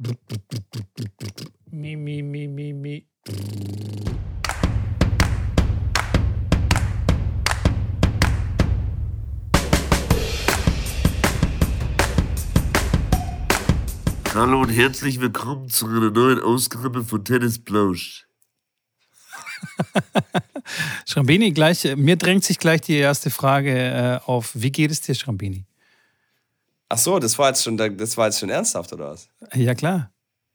Mi, mi, mi, mi, mi. Hallo und herzlich willkommen zu einer neuen Ausgabe von Tennisplausch. Schrambini, mir drängt sich gleich die erste Frage auf. Wie geht es dir, Schrambini? Ach so, das war jetzt schon ernsthaft, oder was? Ja, klar.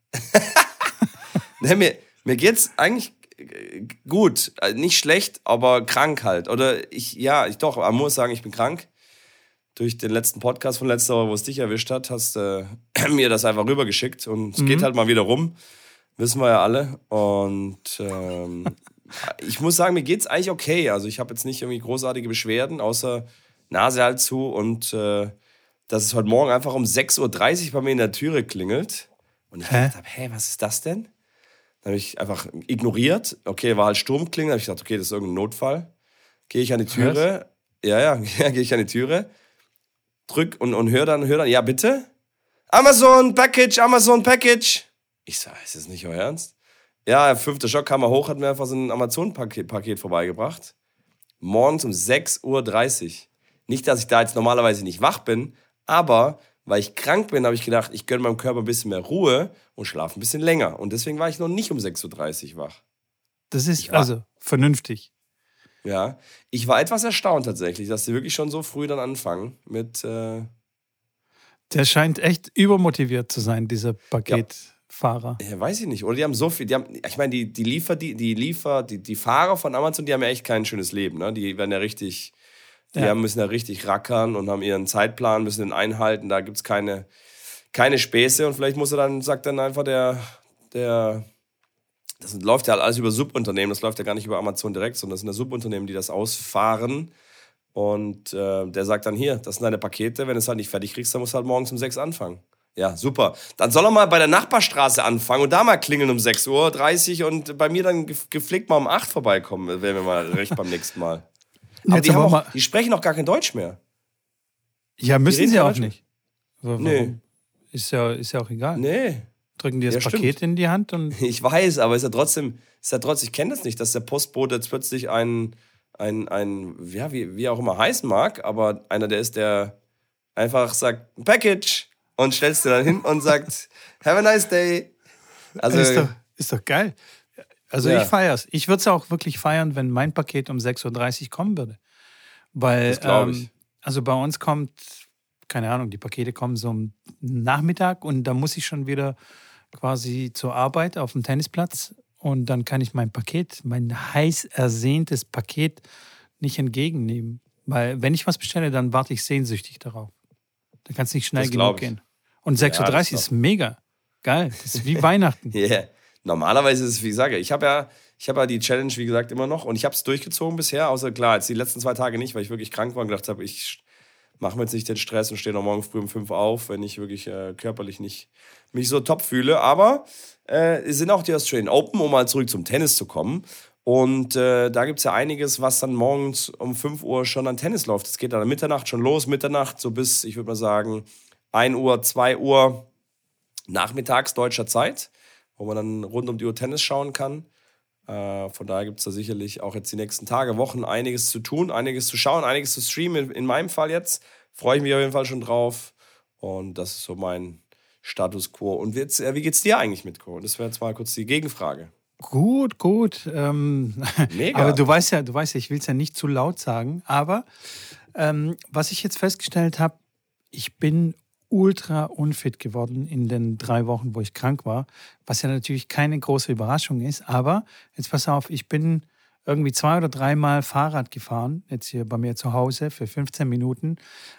Nee, mir geht's eigentlich gut. Nicht schlecht, aber krank halt. Oder doch, man muss sagen, ich bin krank. Durch den letzten Podcast von letzter Woche, wo es dich erwischt hat, hast mir das einfach rübergeschickt. Und es geht halt mal wieder rum. Wissen wir ja alle. Und ich muss sagen, mir geht's eigentlich okay. Also ich habe jetzt nicht irgendwie großartige Beschwerden, außer Nase halt zu. Und dass es heute Morgen einfach um 6:30 Uhr bei mir in der Türe klingelt. Und ich gedacht habe, was ist das denn? Dann habe ich einfach ignoriert. Okay, war halt Sturmklingel. Da habe ich gedacht, okay, das ist irgendein Notfall. Gehe ich an die Türe. Ja, gehe ich an die Türe. Drück und hör dann, ja bitte? Amazon Package. Ich sag, ist das nicht euer Ernst? Ja, 5. Stock kam er hoch, hat mir einfach so ein Amazon-Paket vorbeigebracht. Morgens um 6:30 Uhr. Nicht, dass ich da jetzt normalerweise nicht wach bin, aber weil ich krank bin, habe ich gedacht, ich gönne meinem Körper ein bisschen mehr Ruhe und schlafe ein bisschen länger. Und deswegen war ich noch nicht um 6:30 Uhr wach. Das ist also vernünftig. Ja, ich war etwas erstaunt tatsächlich, dass sie wirklich schon so früh dann anfangen mit... Der scheint echt übermotiviert zu sein, dieser Paketfahrer. Ja, weiß ich nicht. Oder die haben so viel... ich meine, die Fahrer von Amazon, die haben ja echt kein schönes Leben. Ne? Die werden ja richtig... müssen ja richtig rackern und haben ihren Zeitplan, müssen den einhalten. Da gibt es keine Späße. Und vielleicht sagt dann einfach das läuft ja alles über Subunternehmen, das läuft ja gar nicht über Amazon direkt, sondern das sind ja Subunternehmen, die das ausfahren. Und der sagt dann, hier, das sind deine Pakete, wenn du es halt nicht fertig kriegst, dann musst du halt morgens um 6 Uhr anfangen. Ja, super. Dann soll er mal bei der Nachbarstraße anfangen und da mal klingeln um 6:30 Uhr und bei mir dann gepflegt mal um 8 vorbeikommen, wäre mir mal recht beim nächsten Mal. Aber die sprechen auch gar kein Deutsch mehr. Ja, müssen sie auch nicht. Nee. Ist ja auch egal. Nee. Drücken die das Paket in die Hand und... Ich weiß, aber ist ja trotzdem, ich kenne das nicht, dass der Postbote jetzt plötzlich wie auch immer heißen mag, aber einer, der einfach sagt, Package und stellst dir dann hin und sagt, have a nice day. Also, ist doch geil. Also ich feier's. Ich würde es auch wirklich feiern, wenn mein Paket um 6:30 Uhr kommen würde. Weil, das glaube ich. Also bei uns kommt, keine Ahnung, die Pakete kommen so am Nachmittag und da muss ich schon wieder quasi zur Arbeit auf dem Tennisplatz und dann kann ich mein heiß ersehntes Paket nicht entgegennehmen. Weil wenn ich was bestelle, dann warte ich sehnsüchtig darauf. Dann kann es nicht schnell genug gehen. Und 6:30 Uhr ist mega geil. Das ist wie Weihnachten. Yeah. Normalerweise ist es, wie ich sage, ich habe ja die Challenge, wie gesagt, immer noch und ich habe es durchgezogen bisher, außer klar, jetzt die letzten 2 Tage nicht, weil ich wirklich krank war und gedacht habe, ich mache mir jetzt nicht den Stress und stehe noch morgen früh um 5 Uhr auf, wenn ich wirklich körperlich nicht mich so top fühle. Aber es sind auch die Australian Open, um mal zurück zum Tennis zu kommen. Und da gibt es ja einiges, was dann morgens um 5 Uhr schon an Tennis läuft. Es geht dann an Mitternacht schon los, Mitternacht so bis, ich würde mal sagen, 1 Uhr, 2 Uhr nachmittags deutscher Zeit, wo man dann rund um die Uhr Tennis schauen kann. Von daher gibt es da sicherlich auch jetzt die nächsten Tage, Wochen einiges zu tun, einiges zu schauen, einiges zu streamen. In meinem Fall jetzt freue ich mich auf jeden Fall schon drauf. Und das ist so mein Status quo. Und jetzt, wie geht's dir eigentlich mit Co? Das wäre jetzt mal kurz die Gegenfrage. Gut. Mega. Aber du weißt ja, ich will es ja nicht zu laut sagen. Aber was ich jetzt festgestellt habe, ich bin ultra unfit geworden in den 3 Wochen, wo ich krank war, was ja natürlich keine große Überraschung ist, aber jetzt pass auf, ich bin irgendwie 2 oder 3 Mal Fahrrad gefahren, jetzt hier bei mir zu Hause für 15 Minuten,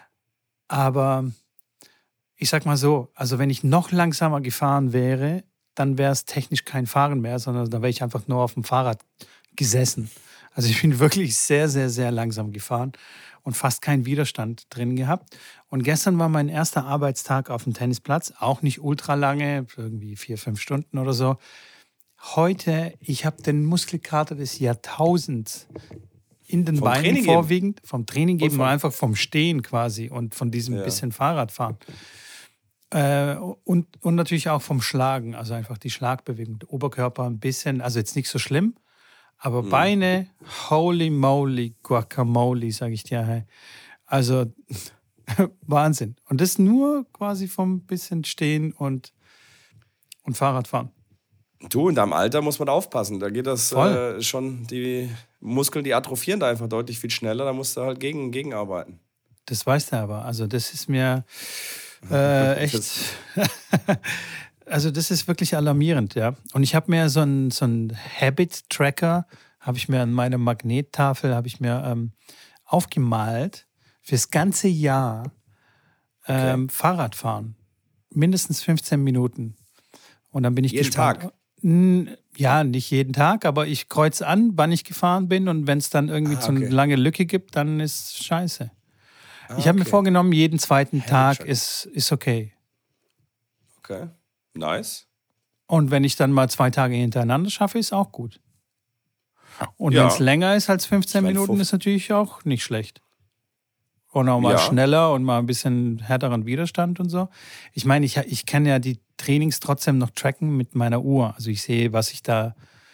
aber ich sag mal so, also wenn ich noch langsamer gefahren wäre, dann wäre es technisch kein Fahren mehr, sondern da wäre ich einfach nur auf dem Fahrrad gesessen. Also ich bin wirklich sehr, sehr, sehr langsam gefahren und fast keinen Widerstand drin gehabt. Und gestern war mein erster Arbeitstag auf dem Tennisplatz, auch nicht ultra lange, irgendwie 4-5 Stunden oder so. Heute, ich habe den Muskelkater des Jahrtausends in den Beinen vorwiegend, vom Training geben und einfach vom Stehen quasi und von diesem bisschen Fahrradfahren. Und natürlich auch vom Schlagen, also einfach die Schlagbewegung. Der Oberkörper ein bisschen, also jetzt nicht so schlimm, aber Beine, holy moly, guacamole, sage ich dir. Hey. Also Wahnsinn. Und das nur quasi vom bisschen Stehen und Fahrradfahren. Du, in deinem Alter muss man da aufpassen. Da geht das Voll. schon, die Muskeln, die atrophieren da einfach deutlich viel schneller. Da musst du halt gegenarbeiten. Das weißt du aber. Also das ist mir echt, also das ist wirklich alarmierend, ja. Und ich habe mir so einen Habit-Tracker, habe ich mir an meiner Magnettafel, habe ich mir aufgemalt, fürs ganze Jahr Fahrradfahren. Mindestens 15 Minuten. Und dann bin ich Jeden gespannt. Tag? Ja, nicht jeden Tag, aber ich kreuze an, wann ich gefahren bin. Und wenn es dann irgendwie so eine okay. lange Lücke gibt, dann ist scheiße. Ich habe mir vorgenommen, jeden zweiten Tag ist okay. Okay, nice. Und wenn ich dann mal 2 Tage hintereinander schaffe, ist auch gut. Und Ja. wenn es länger ist als 15 Ich mein, Minuten, ist natürlich auch nicht schlecht. Und auch mal Ja. schneller und mal ein bisschen härteren Widerstand und so. Ich meine, ich kann ja die Trainings trotzdem noch tracken mit meiner Uhr. Also ich sehe, was ich da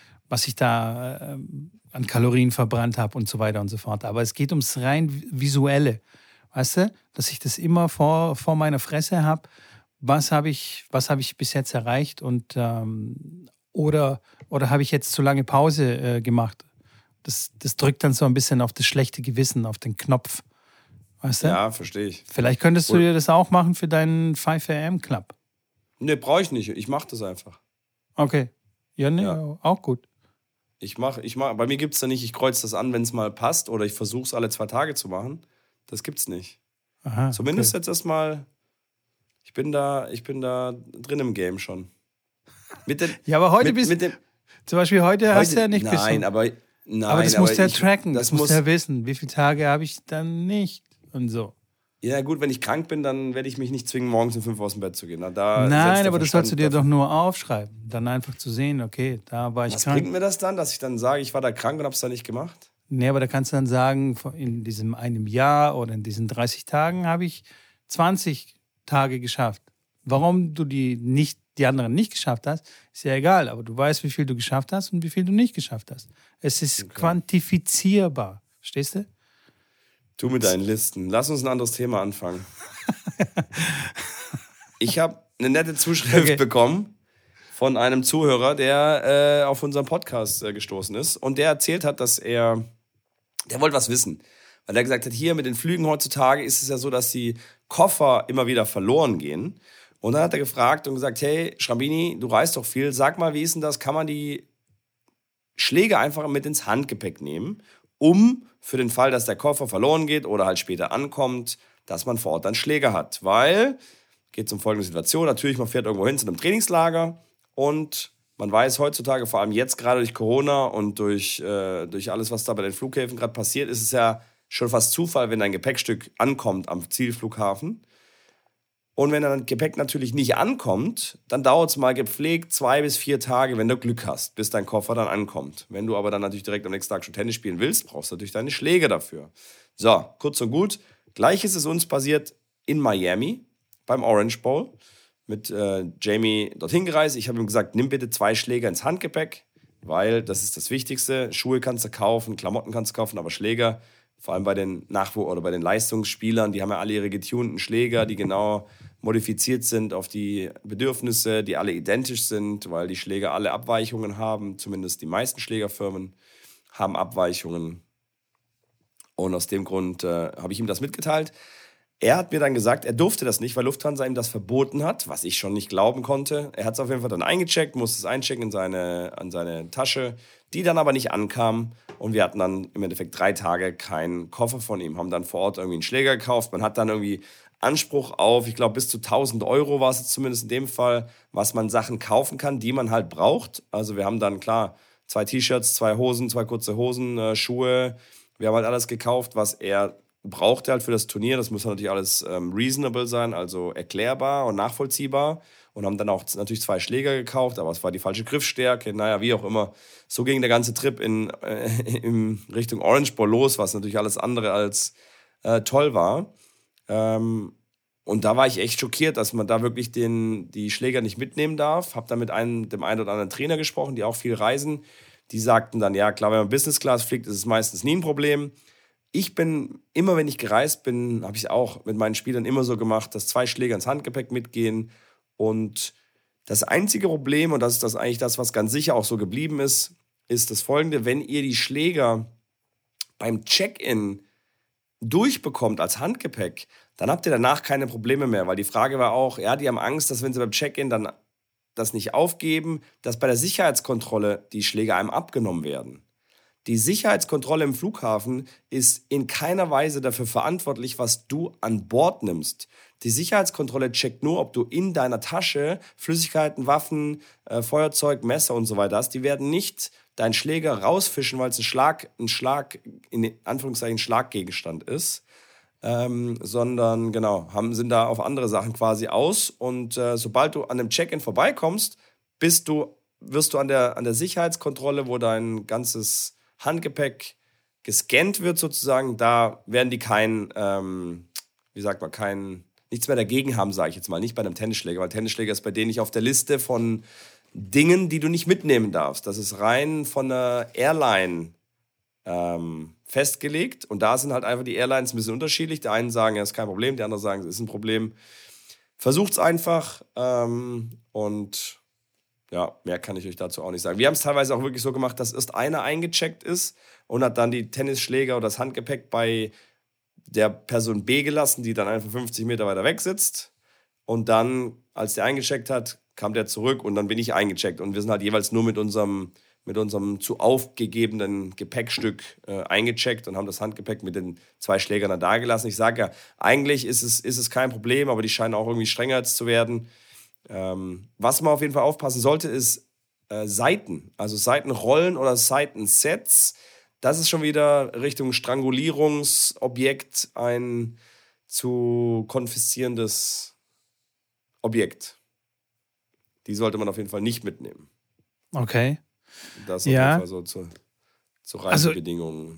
an Kalorien verbrannt habe und so weiter und so fort. Aber es geht ums rein Visuelle. Weißt du, dass ich das immer vor meiner Fresse habe. Was habe ich bis jetzt erreicht und oder habe ich jetzt zu lange Pause gemacht? Das drückt dann so ein bisschen auf das schlechte Gewissen, auf den Knopf. Weißt du? Ja, verstehe ich. Vielleicht könntest du dir das auch machen für deinen 5 AM Club. Nee, brauche ich nicht. Ich mache das einfach. Okay. Ja, nee, Ja. auch gut. Bei mir gibt es da nicht, ich kreuze das an, wenn es mal passt, oder ich versuche es alle 2 Tage zu machen. Das gibt's nicht. Aha, Zumindest okay. jetzt erstmal, ich bin da drin im Game schon. Mit den, Ja, aber heute mit dem, zum Beispiel heute hast du ja nicht nein, bis. aber Aber das musst du ja ich- tracken, das musst muss, du ja wissen. Wie viele Tage habe ich dann nicht und so. ja gut, wenn ich krank bin, dann werde ich mich nicht zwingen, morgens um 5 Uhr aus dem Bett zu gehen. Da setzt Nein, der aber das sollst du dir Verstand doch nur aufschreiben. Dann einfach zu sehen, okay, da war ich Was krank. bringt mir das dann, dass ich dann sage, ich war da krank und habe es da nicht gemacht? Nee, aber da kannst du dann sagen, in diesem einem Jahr oder in diesen 30 Tagen habe ich 20 Tage geschafft. Warum du die anderen nicht geschafft hast, ist ja egal, aber du weißt, wie viel du geschafft hast und wie viel du nicht geschafft hast. Es ist quantifizierbar. Verstehst du? Du mit deinen Listen. Lass uns ein anderes Thema anfangen. Ich habe eine nette Zuschrift bekommen von einem Zuhörer, der auf unseren Podcast gestoßen ist. Und der erzählt hat, dass der wollte was wissen. Weil er gesagt hat, hier mit den Flügen heutzutage ist es ja so, dass die Koffer immer wieder verloren gehen. Und dann hat er gefragt und gesagt, hey, Schrambini, du reist doch viel. Sag mal, wie ist denn das? Kann man die Schläge einfach mit ins Handgepäck nehmen, um für den Fall, dass der Koffer verloren geht oder halt später ankommt, dass man vor Ort dann Schläge hat. Weil, geht es um folgende Situation, natürlich, man fährt irgendwo hin zu einem Trainingslager und man weiß heutzutage, vor allem jetzt gerade durch Corona und durch alles, was da bei den Flughäfen gerade passiert, ist es ja schon fast Zufall, wenn dein Gepäckstück ankommt am Zielflughafen. Und wenn dein Gepäck natürlich nicht ankommt, dann dauert es mal gepflegt 2 bis 4 Tage, wenn du Glück hast, bis dein Koffer dann ankommt. Wenn du aber dann natürlich direkt am nächsten Tag schon Tennis spielen willst, brauchst du natürlich deine Schläge dafür. So, kurz und gut. Gleiches ist uns passiert in Miami beim Orange Bowl. Mit Jamie dorthin gereist. Ich habe ihm gesagt, nimm bitte 2 Schläger ins Handgepäck, weil das ist das Wichtigste. Schuhe kannst du kaufen, Klamotten kannst du kaufen, aber Schläger, vor allem bei den oder bei den Leistungsspielern, die haben ja alle ihre getunten Schläger, die genau modifiziert sind auf die Bedürfnisse, die alle identisch sind, weil die Schläger alle Abweichungen haben. Zumindest die meisten Schlägerfirmen haben Abweichungen. Und aus dem Grund habe ich ihm das mitgeteilt. Er hat mir dann gesagt, er durfte das nicht, weil Lufthansa ihm das verboten hat, was ich schon nicht glauben konnte. Er hat es auf jeden Fall dann eingecheckt, musste es einchecken an seine Tasche, die dann aber nicht ankam. Und wir hatten dann im Endeffekt 3 Tage keinen Koffer von ihm, haben dann vor Ort irgendwie einen Schläger gekauft. Man hat dann irgendwie Anspruch auf, ich glaube, bis zu 1.000 Euro war es jetzt zumindest in dem Fall, was man Sachen kaufen kann, die man halt braucht. Also wir haben dann, klar, 2 T-Shirts, 2 Hosen, 2 kurze Hosen, Schuhe. Wir haben halt alles gekauft, was er brauchte halt für das Turnier. Das muss natürlich alles reasonable sein, also erklärbar und nachvollziehbar. Und haben dann auch natürlich 2 Schläger gekauft, aber es war die falsche Griffstärke. Naja, wie auch immer. So ging der ganze Trip in Richtung Orange Bowl los, was natürlich alles andere als toll war. Und da war ich echt schockiert, dass man da wirklich die Schläger nicht mitnehmen darf. Habe dann mit dem einen oder anderen Trainer gesprochen, die auch viel reisen. Die sagten dann, ja klar, wenn man Business Class fliegt, ist es meistens nie ein Problem. Ich bin, immer wenn ich gereist bin, habe ich es auch mit meinen Spielern immer so gemacht, dass 2 Schläger ins Handgepäck mitgehen. Und das einzige Problem, und das ist das eigentlich das, was ganz sicher auch so geblieben ist das folgende: Wenn ihr die Schläger beim Check-in durchbekommt als Handgepäck, dann habt ihr danach keine Probleme mehr, weil die Frage war auch, ja, die haben Angst, dass wenn sie beim Check-in dann das nicht aufgeben, dass bei der Sicherheitskontrolle die Schläger einem abgenommen werden. Die Sicherheitskontrolle im Flughafen ist in keiner Weise dafür verantwortlich, was du an Bord nimmst. Die Sicherheitskontrolle checkt nur, ob du in deiner Tasche Flüssigkeiten, Waffen, Feuerzeug, Messer und so weiter hast. Die werden nicht deinen Schläger rausfischen, weil es ein Schlag, in Anführungszeichen Schlaggegenstand ist, sondern genau, sind da auf andere Sachen quasi aus. Und sobald du an dem Check-in vorbeikommst, wirst du an der Sicherheitskontrolle, wo dein ganzes Handgepäck gescannt wird sozusagen, da werden die nichts mehr dagegen haben, sage ich jetzt mal, nicht bei einem Tennisschläger, weil Tennisschläger ist bei denen nicht auf der Liste von Dingen, die du nicht mitnehmen darfst. Das ist rein von der Airline festgelegt, und da sind halt einfach die Airlines ein bisschen unterschiedlich. Die einen sagen, ja, ist kein Problem, die anderen sagen, es ist ein Problem. Versucht's einfach, und ja, mehr kann ich euch dazu auch nicht sagen. Wir haben es teilweise auch wirklich so gemacht, dass erst einer eingecheckt ist und hat dann die Tennisschläger oder das Handgepäck bei der Person B gelassen, die dann einfach 50 Meter weiter weg sitzt. Und dann, als der eingecheckt hat, kam der zurück und dann bin ich eingecheckt. Und wir sind halt jeweils nur mit unserem zu aufgegebenen Gepäckstück eingecheckt und haben das Handgepäck mit den 2 Schlägern dann da gelassen. Ich sage ja, eigentlich ist es kein Problem, aber die scheinen auch irgendwie strenger jetzt zu werden. Was man auf jeden Fall aufpassen sollte, ist Seiten. Also Seitenrollen oder Seitensets. Das ist schon wieder Richtung Strangulierungsobjekt, ein zu konfiszierendes Objekt. Die sollte man auf jeden Fall nicht mitnehmen. Okay. Das auf jeden Fall so zu Reisebedingungen.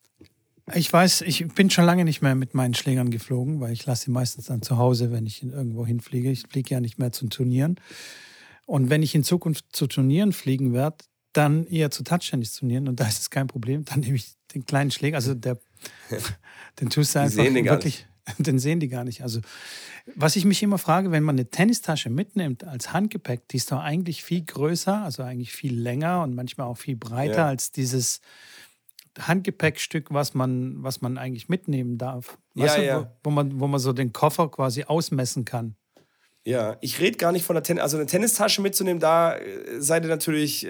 Ich weiß, ich bin schon lange nicht mehr mit meinen Schlägern geflogen, weil ich lasse sie meistens dann zu Hause, wenn ich irgendwo hinfliege. Ich fliege ja nicht mehr zu Turnieren. Und wenn ich in Zukunft zu Turnieren fliegen werde, dann eher zu Touchtennis-Turnieren, und da ist es kein Problem. Dann nehme ich den kleinen Schläger, also den tust du einfach wirklich, den sehen die gar nicht. Also was ich mich immer frage, wenn man eine Tennistasche mitnimmt als Handgepäck, die ist doch eigentlich viel größer, also eigentlich viel länger und manchmal auch viel breiter als dieses Handgepäckstück, was man eigentlich mitnehmen darf. Weißt du, wo man so den Koffer quasi ausmessen kann. Ja, ich rede gar nicht von der Tennistasche. Also eine Tennistasche mitzunehmen, da seid ihr natürlich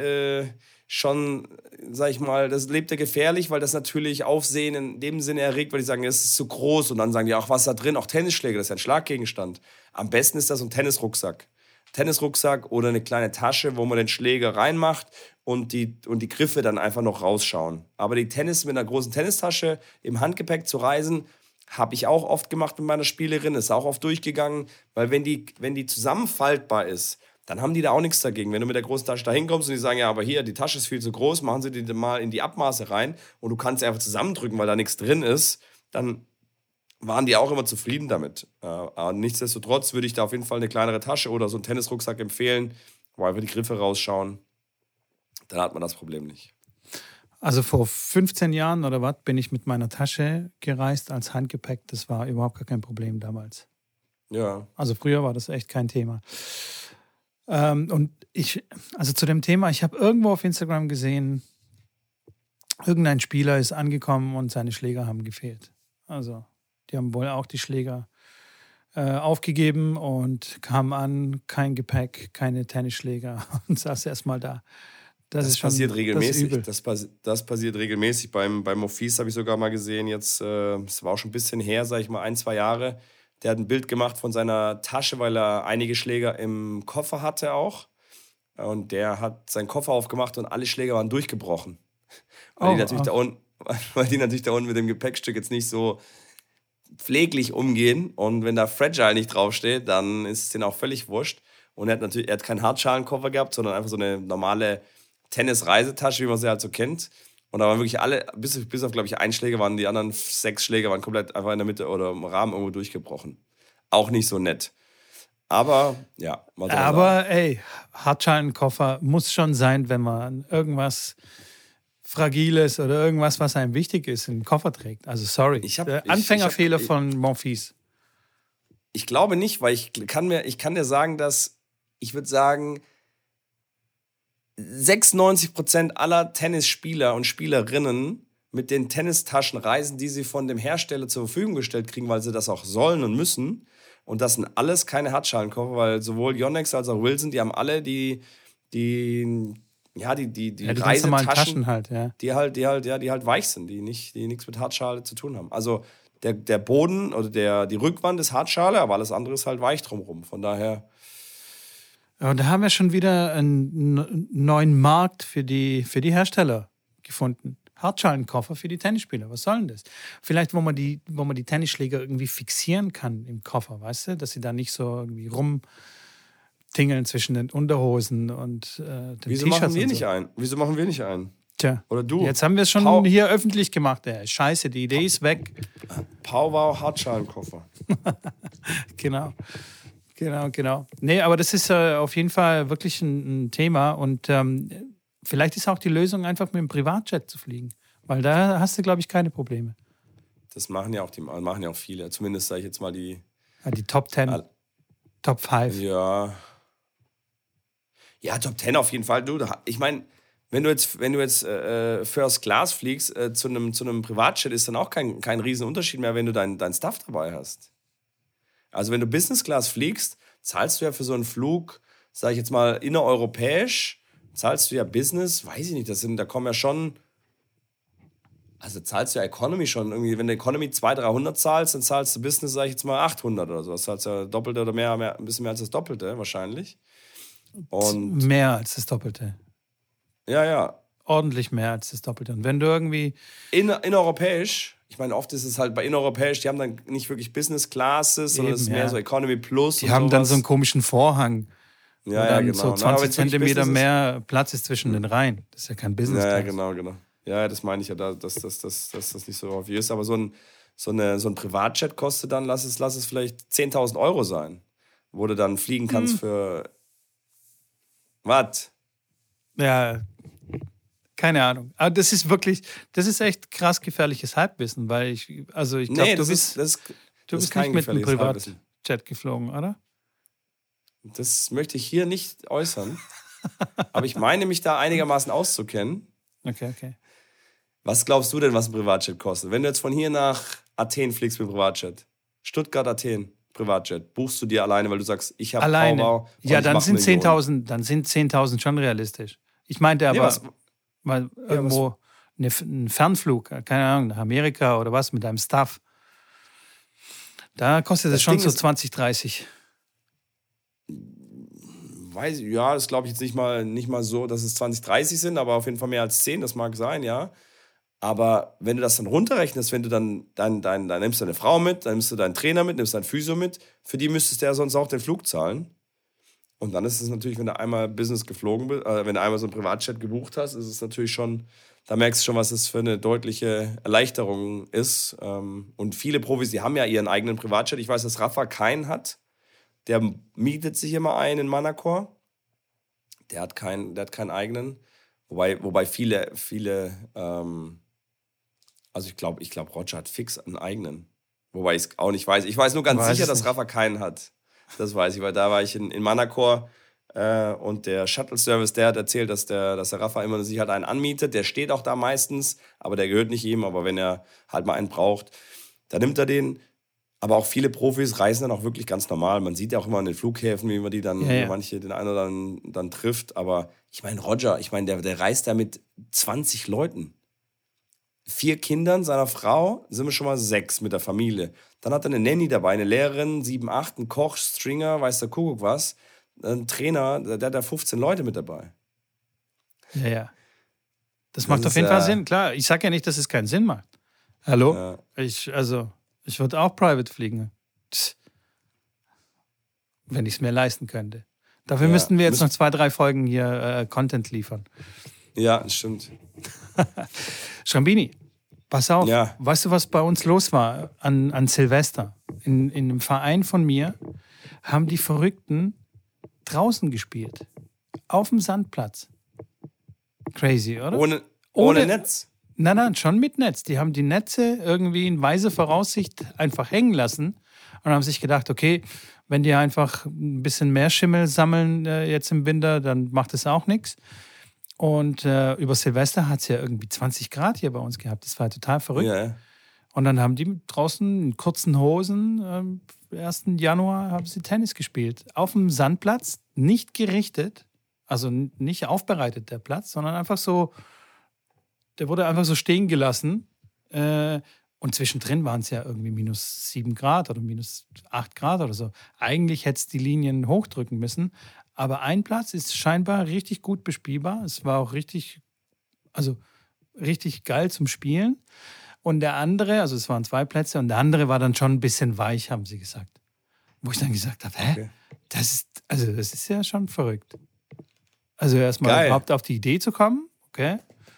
schon, sag ich mal, das lebt ja gefährlich, weil das natürlich Aufsehen in dem Sinne erregt, weil die sagen, das ist zu groß, und dann sagen die auch, was ist da drin? Auch Tennisschläge, das ist ja ein Schlaggegenstand. Am besten ist das ein Tennisrucksack. Tennisrucksack oder eine kleine Tasche, wo man den Schläger reinmacht und die Griffe dann einfach noch rausschauen. Aber mit einer großen Tennistasche im Handgepäck zu reisen, habe ich auch oft gemacht mit meiner Spielerin, ist auch oft durchgegangen, weil wenn die zusammenfaltbar ist, dann haben die da auch nichts dagegen. Wenn du mit der großen Tasche da hinkommst und die sagen, ja, aber hier, die Tasche ist viel zu groß, machen sie die mal in die Abmaße rein und du kannst sie einfach zusammendrücken, weil da nichts drin ist, dann waren die auch immer zufrieden damit. Aber nichtsdestotrotz würde ich da auf jeden Fall eine kleinere Tasche oder so einen Tennisrucksack empfehlen, wo einfach die Griffe rausschauen. Dann hat man das Problem nicht. Also vor 15 Jahren oder was bin ich mit meiner Tasche gereist als Handgepäck. Das war überhaupt gar kein Problem damals. Ja. Also früher war das echt kein Thema. Und also zu dem Thema, ich habe irgendwo auf Instagram gesehen, irgendein Spieler ist angekommen und seine Schläger haben gefehlt. Also die haben wohl auch die Schläger aufgegeben und kamen an, kein Gepäck, keine Tennisschläger und saß erstmal da. Das passiert regelmäßig. Das passiert regelmäßig. Beim Mofis habe ich sogar mal gesehen, jetzt, es war auch schon ein bisschen her, sage ich mal, 1-2 Jahre. Der hat ein Bild gemacht von seiner Tasche, weil er einige Schläger im Koffer hatte auch. Und der hat seinen Koffer aufgemacht und alle Schläger waren durchgebrochen. Weil die natürlich da unten mit dem Gepäckstück jetzt nicht so pfleglich umgehen. Und wenn da Fragile nicht draufsteht, dann ist es denen auch völlig wurscht. Und er hat keinen Hartschalenkoffer gehabt, sondern einfach so eine normale Tennis-Reisetasche, wie man sie halt so kennt. Und da waren wirklich alle, bis auf, glaube ich, einen Schläger, waren die anderen 6 Schläger waren komplett einfach in der Mitte oder im Rahmen irgendwo durchgebrochen. auch nicht so nett. Aber, ja. Was soll man sagen? Aber ey, Hartschalenkoffer muss schon sein, wenn man irgendwas Fragiles oder irgendwas, was einem wichtig ist, im Koffer trägt. Also sorry. Anfängerfehler von Monfils. Ich glaube nicht, weil ich kann dir sagen, dass ich würde sagen, 96% aller Tennisspieler und Spielerinnen mit den Tennistaschen reisen, die sie von dem Hersteller zur Verfügung gestellt kriegen, weil sie das auch sollen und müssen. Und das sind alles keine Hartschalenkoffer, weil sowohl Yonex als auch Wilson, die haben alle die ganz normalen Taschen halt, ja. die halt weich sind, die nichts mit Hartschale zu tun haben. Also der Boden oder die Rückwand ist Hartschale, aber alles andere ist halt weich drumherum. Von daher. Ja, und da haben wir schon wieder einen neuen Markt für die Hersteller gefunden. Hartschalenkoffer für die Tennisspieler. Was soll denn das? Vielleicht, wo man die Tennisschläger irgendwie fixieren kann im Koffer, weißt du? Dass sie da nicht so irgendwie rumtingeln zwischen den Unterhosen und den Wieso T-Shirts. Wieso machen wir nicht ein? Tja, oder du? Jetzt haben wir es schon hier öffentlich gemacht. Scheiße, die Idee ist weg. Power Hartschalenkoffer. Genau. Nee, aber das ist auf jeden Fall wirklich ein Thema und vielleicht ist auch die Lösung, einfach mit dem Privatjet zu fliegen. Weil da hast du, glaube ich, keine Probleme. Das machen ja auch viele. Zumindest sage ich jetzt mal die Top 10, Top 5. Ja, Top 10 auf jeden Fall. Du, ich meine, wenn du jetzt First Class fliegst zu einem Privatjet, ist dann auch kein Riesenunterschied mehr, wenn du dein Stuff dabei hast. Also wenn du Business Class fliegst, zahlst du ja für so einen Flug, sage ich jetzt mal, innereuropäisch, zahlst du ja Business, weiß ich nicht, da kommen ja schon, also zahlst du ja Economy schon irgendwie, wenn du Economy 200-300 zahlst, dann zahlst du Business, sage ich jetzt mal, 800 oder so. Das zahlst ja Doppelte oder mehr, ein bisschen mehr als das Doppelte wahrscheinlich. Und mehr als das Doppelte. Ja. Ordentlich mehr als das Doppelte. Und wenn du irgendwie... Innereuropäisch, ich meine, oft ist es halt bei innereuropäisch, die haben dann nicht wirklich Business Classes, sondern es ist mehr so Economy Plus. Die haben dann so einen komischen Vorhang. Ja, dann genau. so 20 Zentimeter mehr Platz ist zwischen den Reihen. Das ist ja kein Business Class. Ja, genau. Ja, das meine ich ja, dass das nicht so häufig ist. Aber so ein Privatjet kostet dann, lass es vielleicht 10.000 Euro sein, wo du dann fliegen kannst für... Was? Ja, keine Ahnung. Aber das ist echt krass gefährliches Halbwissen, weil ich glaube, du bist nicht mit einem Privatjet geflogen, oder? Das möchte ich hier nicht äußern. Aber ich meine, mich da einigermaßen auszukennen. Okay. Was glaubst du denn, was ein Privatjet kostet? Wenn du jetzt von hier nach Athen fliegst mit dem Privatjet, Stuttgart, Athen, Privatjet, buchst du dir alleine, weil du sagst, ich habe Power. Ja, dann sind 10.000 schon realistisch. Ich meinte aber mal irgendwo einen Fernflug, keine Ahnung, nach Amerika oder was mit deinem Stuff. Da kostet es schon so 20, 30. Das glaube ich jetzt nicht mal so, dass es 20, 30 sind, aber auf jeden Fall mehr als 10, das mag sein, ja. Aber wenn du das dann runterrechnest, wenn du dann nimmst du deine Frau mit, dann nimmst du deinen Trainer mit, nimmst deinen Physio mit, für die müsstest du ja sonst auch den Flug zahlen. Und dann ist es natürlich, wenn du einmal Business geflogen bist, wenn du einmal so ein Privatjet gebucht hast, ist es natürlich schon, da merkst du schon, was es für eine deutliche Erleichterung ist. Und viele Profis, die haben ja ihren eigenen Privatjet. Ich weiß, dass Rafa keinen hat. Der mietet sich immer ein in Manacor. Der hat keinen eigenen. Wobei viele also ich glaube, Roger hat fix einen eigenen. Wobei ich es auch nicht weiß. Ich weiß nur ganz sicher, dass Rafa keinen hat. Das weiß ich, weil da war ich in Manacor und der Shuttle-Service, der hat erzählt, dass der Rafa immer sich halt einen anmietet. Der steht auch da meistens, aber der gehört nicht ihm. Aber wenn er halt mal einen braucht, dann nimmt er den. Aber auch viele Profis reisen dann auch wirklich ganz normal. Man sieht ja auch immer an den Flughäfen, wie man die dann, manche den einen dann trifft. Aber ich meine, Roger, der reist da mit 20 Leuten. 4 Kindern, seiner Frau, sind wir schon mal 6 mit der Familie. Dann hat er eine Nanny dabei, eine Lehrerin, 7, 8, einen Koch, Stringer, weiß der Kuckuck was. Ein Trainer, der hat da 15 Leute mit dabei. Ja. Das macht auf jeden Fall Sinn. Klar, ich sage ja nicht, dass es keinen Sinn macht. Hallo? Ja. Ich würde auch Private fliegen. Wenn ich es mir leisten könnte. Dafür müssten wir jetzt noch 2, 3 Folgen hier Content liefern. Ja, das stimmt. Schrambini, Pass auf, Ja. weißt du, was bei uns los war an Silvester? In einem Verein von mir haben die Verrückten draußen gespielt. Auf dem Sandplatz. Crazy, oder? Ohne Netz. Nein, schon mit Netz. Die haben die Netze irgendwie in weise Voraussicht einfach hängen lassen und haben sich gedacht, okay, wenn die einfach ein bisschen mehr Schimmel sammeln jetzt im Winter, dann macht es auch nichts. Und über Silvester hat es ja irgendwie 20 Grad hier bei uns gehabt. Das war total verrückt. Ja. Und dann haben die draußen in kurzen Hosen, 1. Januar, haben sie Tennis gespielt. Auf dem Sandplatz, nicht gerichtet, also nicht aufbereitet der Platz, sondern einfach so, der wurde einfach so stehen gelassen. Und zwischendrin waren es ja irgendwie -7 Grad oder -8 Grad oder so. Eigentlich hätte es die Linien hochdrücken müssen. Aber ein Platz ist scheinbar richtig gut bespielbar. Es war auch richtig geil zum Spielen. Und der andere, also es waren 2 Plätze, und der andere war dann schon ein bisschen weich, haben sie gesagt. Wo ich dann gesagt habe, Okay. das ist ja schon verrückt. Also erstmal überhaupt auf die Idee zu kommen, okay.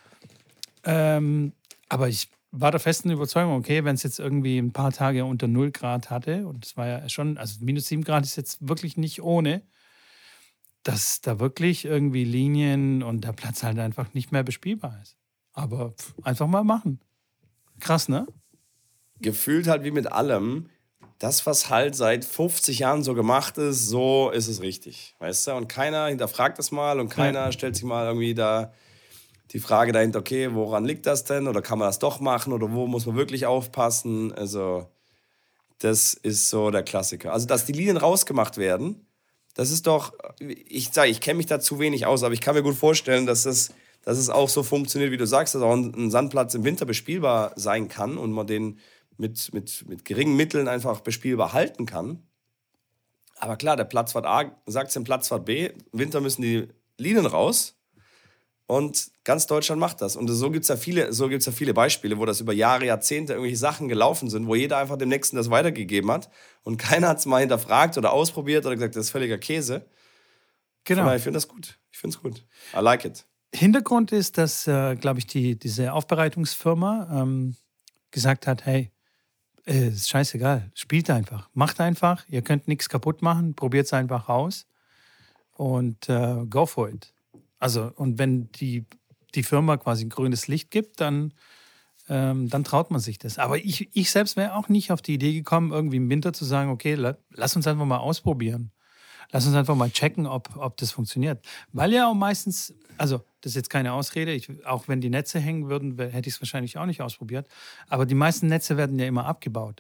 Aber ich war der festen Überzeugung, okay, wenn es jetzt irgendwie ein paar Tage unter 0 Grad hatte, und es war ja schon, also -7 Grad ist jetzt wirklich nicht ohne, dass da wirklich irgendwie Linien und der Platz halt einfach nicht mehr bespielbar ist. Aber einfach mal machen. Krass, ne? Gefühlt halt wie mit allem, das, was halt seit 50 Jahren so gemacht ist, so ist es richtig. Weißt du? Und keiner hinterfragt das mal und keiner stellt sich mal irgendwie da die Frage dahinter, okay, woran liegt das denn? Oder kann man das doch machen? Oder wo muss man wirklich aufpassen? Also, das ist so der Klassiker. Also, dass die Linien rausgemacht werden, das ist doch, ich kenne mich da zu wenig aus, aber ich kann mir gut vorstellen, dass es auch so funktioniert, wie du sagst, dass auch ein Sandplatz im Winter bespielbar sein kann und man den mit geringen Mitteln einfach bespielbar halten kann. Aber klar, der Platzwart A sagt es dem Platzwart B, im Winter müssen die Linien raus und ganz Deutschland macht das. Und so gibt's ja viele Beispiele, wo das über Jahre, Jahrzehnte irgendwelche Sachen gelaufen sind, wo jeder einfach dem Nächsten das weitergegeben hat und keiner hat es mal hinterfragt oder ausprobiert oder gesagt, das ist völliger Käse. Genau. Von daher, ich finde das gut. Ich finde es gut. I like it. Hintergrund ist, dass, glaube ich, diese Aufbereitungsfirma gesagt hat, hey, ist scheißegal, spielt einfach, macht einfach, ihr könnt nichts kaputt machen, probiert es einfach aus und go for it. Also, und wenn die Firma quasi ein grünes Licht gibt, dann traut man sich das. Aber ich selbst wäre auch nicht auf die Idee gekommen, irgendwie im Winter zu sagen, okay, lass uns einfach mal ausprobieren. Lass uns einfach mal checken, ob das funktioniert. Weil ja auch meistens, also das ist jetzt keine Ausrede, auch wenn die Netze hängen würden, hätte ich es wahrscheinlich auch nicht ausprobiert. Aber die meisten Netze werden ja immer abgebaut.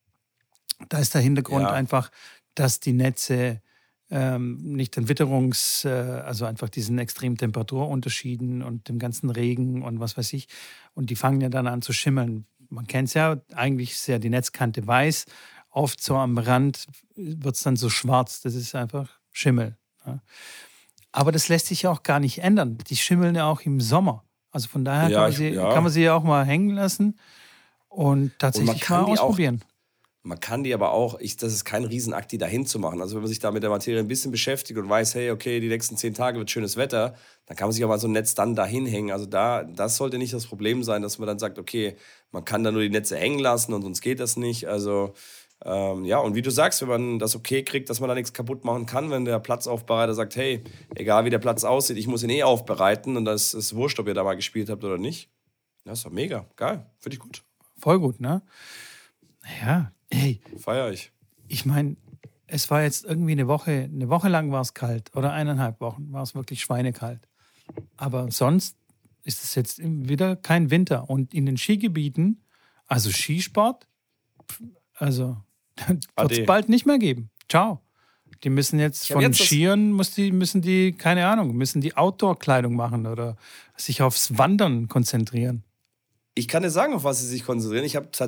Da ist der Hintergrund einfach, dass die Netze nicht den also einfach diesen extremen Temperaturunterschieden und dem ganzen Regen und was weiß ich. Und die fangen ja dann an zu schimmeln. Man kennt es ja, eigentlich ist ja die Netzkante weiß. Oft so am Rand wird es dann so schwarz. Das ist einfach Schimmel. Ja. Aber das lässt sich ja auch gar nicht ändern. Die schimmeln ja auch im Sommer. Also von daher kann man sie ja auch mal hängen lassen und tatsächlich mal ausprobieren. Man kann die aber auch, das ist kein Riesenakt, die da hinzumachen. Also wenn man sich da mit der Materie ein bisschen beschäftigt und weiß, hey, okay, die nächsten 10 Tage wird schönes Wetter, dann kann man sich auch mal so ein Netz dann da hinhängen. Also das sollte nicht das Problem sein, dass man dann sagt, okay, man kann da nur die Netze hängen lassen und sonst geht das nicht. Also und wie du sagst, wenn man das okay kriegt, dass man da nichts kaputt machen kann, wenn der Platzaufbereiter sagt, hey, egal wie der Platz aussieht, ich muss ihn aufbereiten und das ist wurscht, ob ihr da mal gespielt habt oder nicht. Das ist doch mega, geil, finde ich gut. Voll gut, ne? Ja, hey. Feier ich. Ich meine, es war jetzt irgendwie eine Woche lang war es kalt oder 1,5 Wochen war es wirklich schweinekalt. Aber sonst ist es jetzt wieder kein Winter. Und in den Skigebieten, also Skisport, also wird es bald nicht mehr geben. Ciao. Die müssen jetzt von Skiern, müssen die Outdoor-Kleidung machen oder sich aufs Wandern konzentrieren. Ich kann dir sagen, auf was sie sich konzentrieren. Ich habe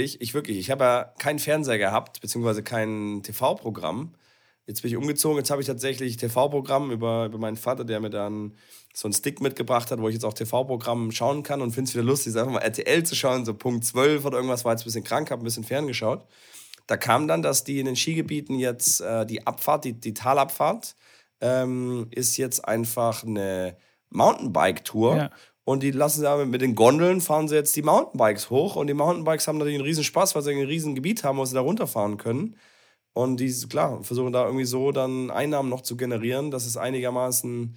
ja keinen Fernseher gehabt, beziehungsweise kein TV-Programm. Jetzt bin ich umgezogen, jetzt habe ich tatsächlich TV-Programm über meinen Vater, der mir dann so einen Stick mitgebracht hat, wo ich jetzt auch TV-Programm schauen kann und finde es wieder lustig, einfach mal RTL zu schauen, so Punkt 12 oder irgendwas, war jetzt ein bisschen krank, habe ein bisschen ferngeschaut. Da kam dann, dass die in den Skigebieten jetzt die Abfahrt, die Talabfahrt, ist jetzt einfach eine Mountainbike-Tour. Ja. Und die lassen sie aber mit den Gondeln, fahren sie jetzt die Mountainbikes hoch. Und die Mountainbikes haben natürlich einen riesen Spaß, weil sie ein riesen Gebiet haben, wo sie da runterfahren können. Und die, klar, versuchen da irgendwie so dann Einnahmen noch zu generieren, dass es einigermaßen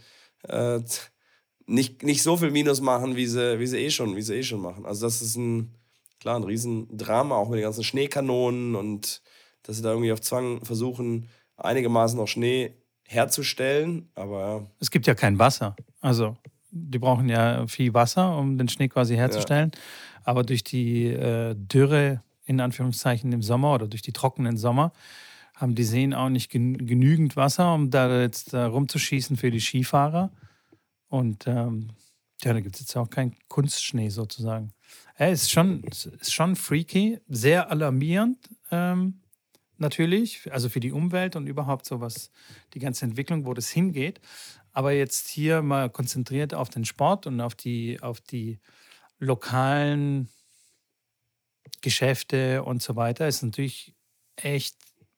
nicht so viel Minus machen, wie sie eh schon machen. Also das ist ein riesen Drama, auch mit den ganzen Schneekanonen und dass sie da irgendwie auf Zwang versuchen, einigermaßen noch Schnee herzustellen. Aber ja. Es gibt ja kein Wasser. Also die brauchen ja viel Wasser, um den Schnee quasi herzustellen. Ja. Aber durch die Dürre, in Anführungszeichen, im Sommer oder durch die trockenen Sommer, haben die Seen auch nicht genügend Wasser, um da jetzt rumzuschießen für die Skifahrer. Und da gibt es jetzt auch keinen Kunstschnee sozusagen. Ist schon freaky, sehr alarmierend natürlich, also für die Umwelt und überhaupt sowas, die ganze Entwicklung, wo das hingeht. Aber jetzt hier mal konzentriert auf den Sport und auf die lokalen Geschäfte und so weiter, ist natürlich echt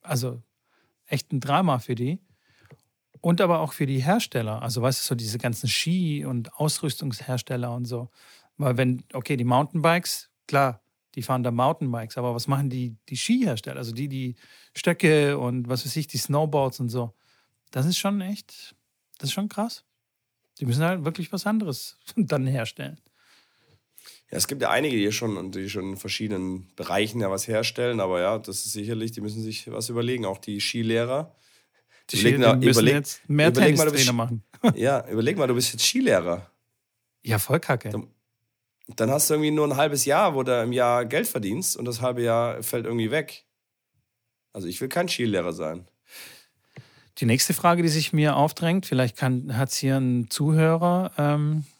ein Drama für die. Und aber auch für die Hersteller. Also weißt du, so diese ganzen Ski- und Ausrüstungshersteller und so. Weil die Mountainbikes, klar, die fahren da Mountainbikes, aber was machen die Skihersteller? Also die Stöcke und was weiß ich, die Snowboards und so. Das ist schon krass. Die müssen halt wirklich was anderes dann herstellen. Ja, es gibt ja einige, die schon in verschiedenen Bereichen ja was herstellen, aber ja, das ist sicherlich, die müssen sich was überlegen, auch die Skilehrer. Die müssen jetzt mehr Tennistrainer machen. Ja, überleg mal, du bist jetzt Skilehrer. Ja, voll kacke. Dann hast du irgendwie nur ein halbes Jahr, wo du im Jahr Geld verdienst und das halbe Jahr fällt irgendwie weg. Also ich will kein Skilehrer sein. Die nächste Frage, die sich mir aufdrängt, vielleicht hat es hier einen Zuhörer,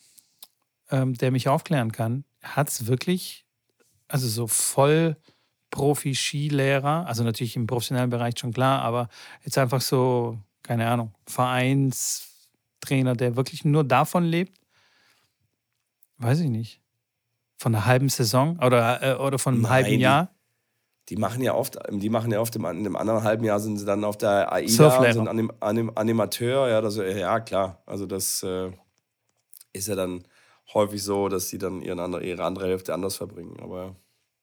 der mich aufklären kann. Hat es wirklich, also so voll Profi-Skilehrer, also natürlich im professionellen Bereich schon klar, aber jetzt einfach so, keine Ahnung, Vereinstrainer, der wirklich nur davon lebt? Weiß ich nicht. Von einer halben Saison oder von einem halben Jahr? Die machen ja oft in dem anderen halben Jahr sind sie dann auf der AIDA und sind Animateur. Ja, klar. Also das ist ja dann häufig so, dass sie dann ihre andere Hälfte anders verbringen. Aber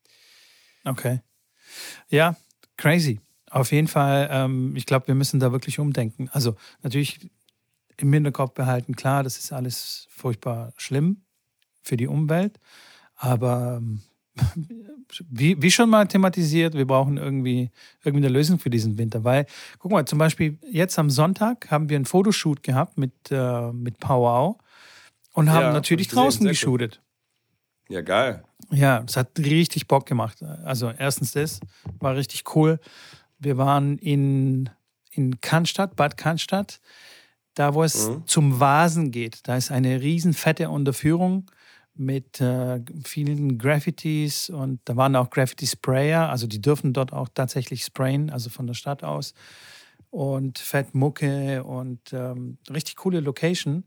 okay. Ja, crazy. Auf jeden Fall, ich glaube, wir müssen da wirklich umdenken. Also natürlich im Hinterkopf behalten, klar, das ist alles furchtbar schlimm für die Umwelt. Aber wie schon mal thematisiert, wir brauchen irgendwie eine Lösung für diesen Winter. Weil, guck mal, zum Beispiel jetzt am Sonntag haben wir einen Fotoshoot gehabt mit Powwow und haben natürlich draußen geshootet. Ja, geil. Ja, es hat richtig Bock gemacht. Also erstens das war richtig cool. Wir waren in Cannstatt, Bad Cannstatt, da wo es zum Vasen geht. Da ist eine riesen fette Unterführung mit vielen Graffitis und da waren auch Graffiti-Sprayer, also die dürfen dort auch tatsächlich sprayen, also von der Stadt aus. Und Fettmucke und richtig coole Location.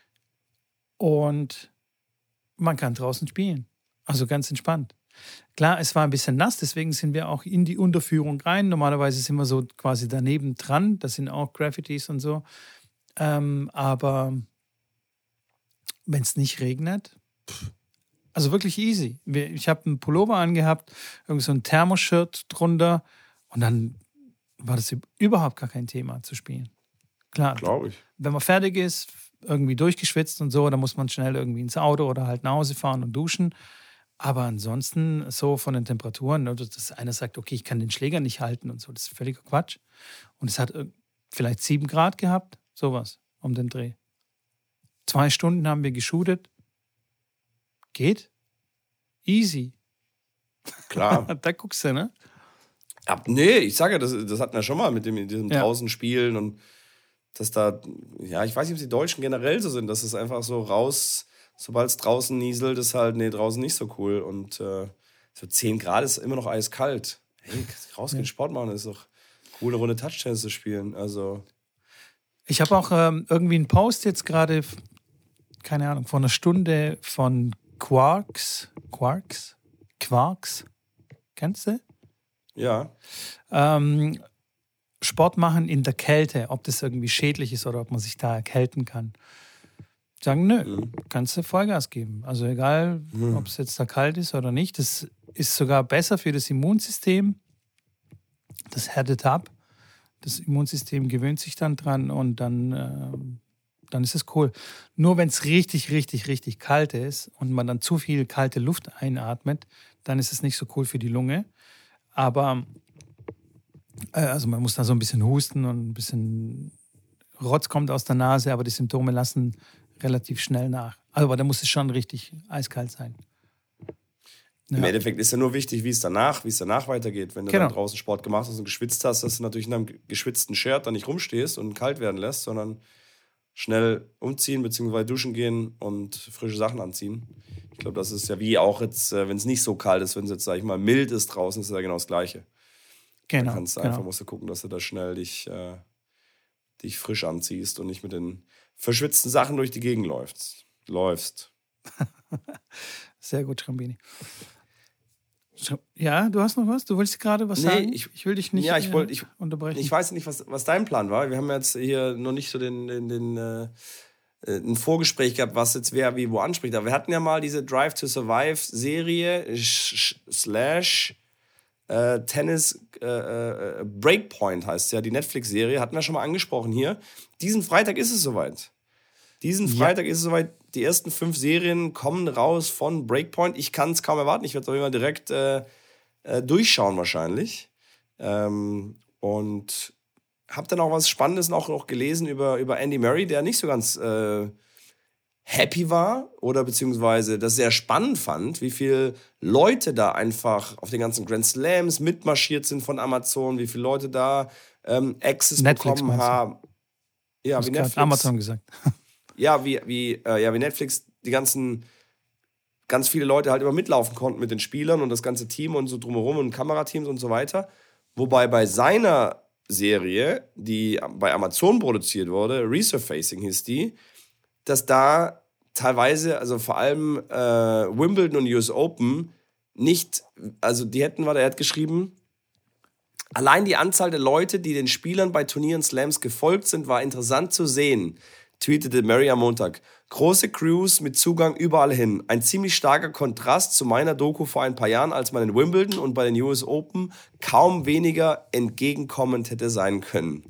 Und man kann draußen spielen. Also ganz entspannt. Klar, es war ein bisschen nass, deswegen sind wir auch in die Unterführung rein. Normalerweise sind wir so quasi daneben dran. Das sind auch Graffitis und so. Aber wenn es nicht regnet, also wirklich easy. Ich habe einen Pullover angehabt, irgendwie so ein Thermoshirt drunter und dann war das überhaupt gar kein Thema zu spielen. Klar, glaube ich. Wenn man fertig ist, irgendwie durchgeschwitzt und so, dann muss man schnell irgendwie ins Auto oder halt nach Hause fahren und duschen. Aber ansonsten so von den Temperaturen, dass einer sagt, okay, ich kann den Schläger nicht halten und so, das ist völliger Quatsch. Und es hat vielleicht 7 Grad gehabt, sowas um den Dreh. 2 Stunden haben wir geshootet. Geht? Easy. Klar. Da guckst du, ne? Nee, ich sage ja, das hatten wir schon mal mit diesem draußen Spielen und dass da, ja, ich weiß nicht, ob die Deutschen generell so sind, dass es einfach so raus, sobald es draußen nieselt, ist halt, nee, draußen nicht so cool. Und so 10 Grad ist immer noch eiskalt. Hey, rausgehen, Sport machen, ist doch cool, eine Runde Touchtennis zu spielen. Also. Ich habe auch irgendwie einen Post jetzt gerade, keine Ahnung, vor einer Stunde von Quarks. Kennst du? Ja. Sport machen in der Kälte, ob das irgendwie schädlich ist oder ob man sich da erkälten kann. sagen, nö, kannst du Vollgas geben. Also egal, ob es jetzt da kalt ist oder nicht, das ist sogar besser für das Immunsystem. Das härtet ab. Das Immunsystem gewöhnt sich dann dran und dann ist es cool. Nur wenn es richtig, richtig, richtig kalt ist und man dann zu viel kalte Luft einatmet, dann ist es nicht so cool für die Lunge. Aber also man muss da so ein bisschen husten und ein bisschen Rotz kommt aus der Nase, aber die Symptome lassen relativ schnell nach. Aber da muss es schon richtig eiskalt sein. Im Ja. Endeffekt ist ja nur wichtig, wie es danach weitergeht. Wenn du dann draußen Sport gemacht hast und geschwitzt hast, dass du natürlich in einem geschwitzten Shirt dann nicht rumstehst und kalt werden lässt, sondern schnell umziehen bzw. duschen gehen und frische Sachen anziehen. Ich glaube, das ist ja wie auch jetzt, wenn es nicht so kalt ist, wenn es jetzt, sag ich mal, mild ist draußen, ist es ja genau das Gleiche. Genau. Dann kannst du einfach, musst du gucken, dass du da schnell dich frisch anziehst und nicht mit den verschwitzten Sachen durch die Gegend läufst. Sehr gut, Schrambini. Ja, du hast noch was? Du wolltest gerade was sagen? Ich will dich nicht unterbrechen. Ich weiß nicht, was dein Plan war. Wir haben jetzt hier noch nicht so ein Vorgespräch gehabt, was jetzt wer wie wo anspricht. Aber wir hatten ja mal diese Drive to Survive Serie / Tennis Breakpoint heißt ja, die Netflix-Serie, hatten wir schon mal angesprochen hier. Diesen Freitag ist es soweit. Die ersten 5 Serien kommen raus von Breakpoint. Ich kann es kaum erwarten. Ich werde es auch immer direkt durchschauen wahrscheinlich. Und habe dann auch was Spannendes noch gelesen über Andy Murray, der nicht so ganz happy war oder beziehungsweise das sehr spannend fand, wie viele Leute da einfach auf den ganzen Grand Slams mitmarschiert sind von Amazon, wie viele Leute da Access Netflix bekommen haben. Ja, wie Netflix. Amazon gesagt. Ja, wie Netflix ganz viele Leute halt immer mitlaufen konnten mit den Spielern und das ganze Team und so drumherum und Kamerateams und so weiter. Wobei bei seiner Serie, die bei Amazon produziert wurde, Resurfacing hieß die, dass da teilweise, also vor allem Wimbledon und US Open nicht, also er hat geschrieben, allein die Anzahl der Leute, die den Spielern bei Turnieren Slams gefolgt sind, war interessant zu sehen, tweetete Murray am Montag. Große Crews mit Zugang überall hin. Ein ziemlich starker Kontrast zu meiner Doku vor ein paar Jahren, als man in Wimbledon und bei den US Open kaum weniger entgegenkommend hätte sein können.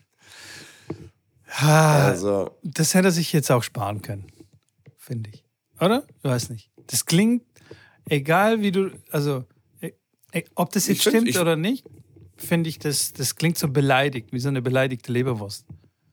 Also. Das hätte er sich jetzt auch sparen können, finde ich. Oder? Ich weiß nicht. Das klingt, egal wie du, also ob das jetzt stimmt oder nicht, finde ich, das klingt so beleidigt, wie so eine beleidigte Leberwurst.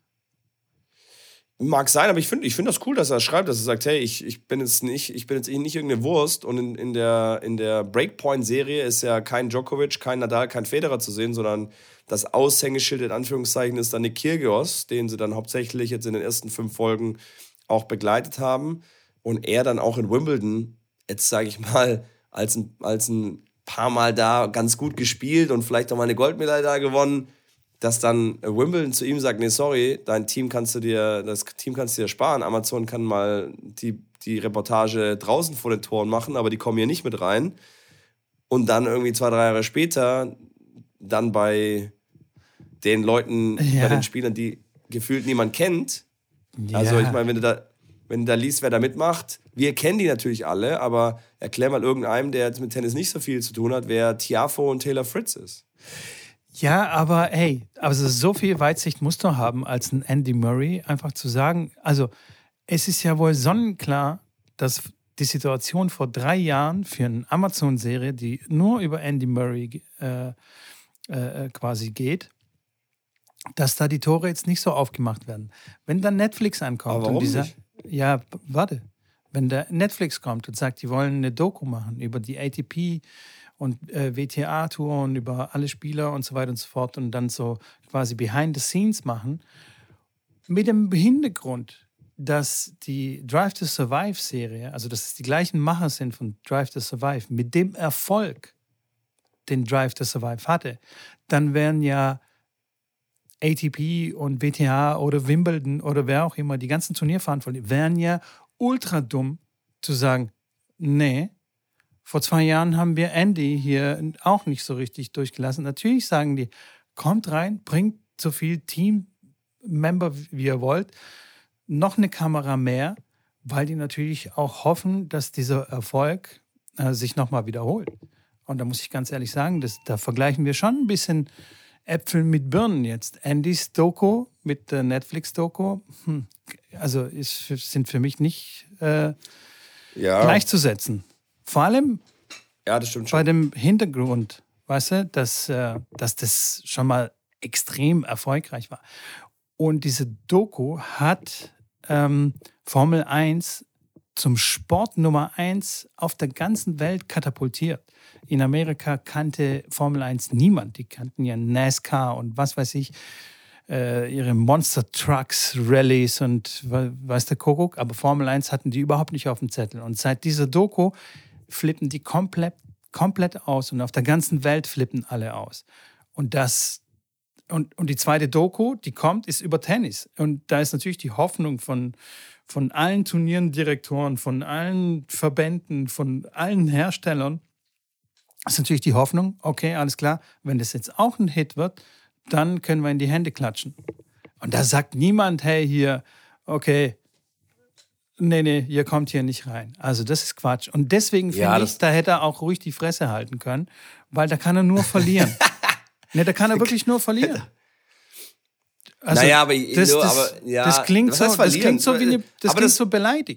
Mag sein, aber ich finde das cool, dass er schreibt, dass er sagt, hey, ich bin jetzt nicht irgendeine Wurst und in der Breakpoint-Serie ist ja kein Djokovic, kein Nadal, kein Federer zu sehen, sondern das Aushängeschild in Anführungszeichen ist dann Nick Kyrgios, den sie dann hauptsächlich jetzt in den ersten 5 Folgen auch begleitet haben und er dann auch in Wimbledon, jetzt sage ich mal, als ein paar Mal da ganz gut gespielt und vielleicht auch mal eine Goldmedaille da gewonnen, dass dann Wimbledon zu ihm sagt, nee, sorry, das Team kannst du dir sparen. Amazon kann mal die Reportage draußen vor den Toren machen, aber die kommen hier nicht mit rein. Und dann irgendwie 2-3 Jahre später dann bei den Leuten, bei den Spielern, die gefühlt niemand kennt. Ja. Also ich meine, wenn du da liest, wer da mitmacht, wir kennen die natürlich alle, aber erklär mal irgendeinem, der jetzt mit Tennis nicht so viel zu tun hat, wer Tiafoe und Taylor Fritz ist. Ja, aber hey, also so viel Weitsicht musst du haben, als ein Andy Murray einfach zu sagen, also es ist ja wohl sonnenklar, dass die Situation vor 3 Jahren für eine Amazon-Serie, die nur über Andy Murray quasi geht, dass da die Tore jetzt nicht so aufgemacht werden. Wenn dann Netflix ankommt aber warum und nicht? Ja, warte, wenn der Netflix kommt und sagt, die wollen eine Doku machen über die ATP und WTA-Tour und über alle Spieler und so weiter und so fort und dann so quasi behind the scenes machen, mit dem Hintergrund, dass die Drive to Survive-Serie, also dass es die gleichen Macher sind von Drive to Survive, mit dem Erfolg, den Drive to Survive hatte, dann wären ja ATP und WTA oder Wimbledon oder wer auch immer, die ganzen Turnierverantwortlichen, wären ja ultra dumm zu sagen, nee, vor 2 Jahren haben wir Andy hier auch nicht so richtig durchgelassen. Natürlich sagen die, kommt rein, bringt so viel Team-Member, wie ihr wollt, noch eine Kamera mehr, weil die natürlich auch hoffen, dass dieser Erfolg sich nochmal wiederholt. Und da muss ich ganz ehrlich sagen, da vergleichen wir schon ein bisschen Äpfel mit Birnen jetzt. Andys Doku mit der Netflix-Doku, also sind für mich nicht gleichzusetzen. Vor allem ja, das stimmt schon. bei dem Hintergrund, weißt du, dass das schon mal extrem erfolgreich war. Und diese Doku hat Formel 1 zum Sport Nummer 1 auf der ganzen Welt katapultiert. In Amerika kannte Formel 1 niemand. Die kannten ja NASCAR und was weiß ich, ihre Monster Trucks, Rallyes und weiß der Kuckuck. Aber Formel 1 hatten die überhaupt nicht auf dem Zettel. Und seit dieser Doku flippen die komplett aus und auf der ganzen Welt flippen alle aus. Und die zweite Doku, die kommt, ist über Tennis. Und da ist natürlich die Hoffnung von allen Turnierdirektoren, von allen Verbänden, von allen Herstellern, ist natürlich die Hoffnung, okay, alles klar, wenn das jetzt auch ein Hit wird, dann können wir in die Hände klatschen. Und da sagt niemand, hey, hier, okay, nee, ihr kommt hier nicht rein. Also das ist Quatsch. Und deswegen finde ich, da hätte er auch ruhig die Fresse halten können, weil da kann er nur verlieren. Ne, da kann er wirklich nur verlieren. Also, das klingt so beleidigt.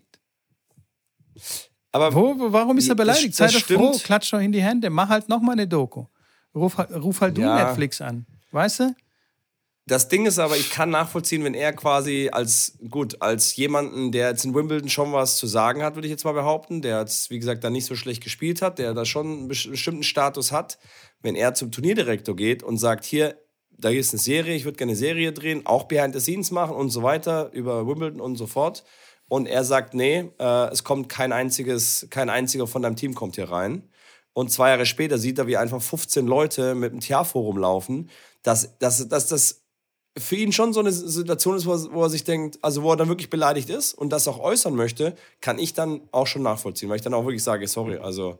Aber warum ist er beleidigt? Sei doch stimmt. froh, klatsch doch in die Hände, mach halt nochmal eine Doku. Ruf halt du Netflix an, weißt du? Das Ding ist aber, ich kann nachvollziehen, wenn er quasi als jemanden, der jetzt in Wimbledon schon was zu sagen hat, würde ich jetzt mal behaupten, der jetzt, wie gesagt, da nicht so schlecht gespielt hat, der da schon einen bestimmten Status hat, wenn er zum Turnierdirektor geht und sagt, hier, da ist eine Serie, ich würde gerne eine Serie drehen, auch Behind the Scenes machen und so weiter, über Wimbledon und so fort. Und er sagt, nee, es kommt kein einziger von deinem Team kommt hier rein. Und 2 Jahre später sieht er, wie einfach 15 Leute mit dem Tiaforum laufen, dass das für ihn schon so eine Situation ist, wo er sich denkt, also wo er dann wirklich beleidigt ist und das auch äußern möchte, kann ich dann auch schon nachvollziehen, weil ich dann auch wirklich sage, sorry, also...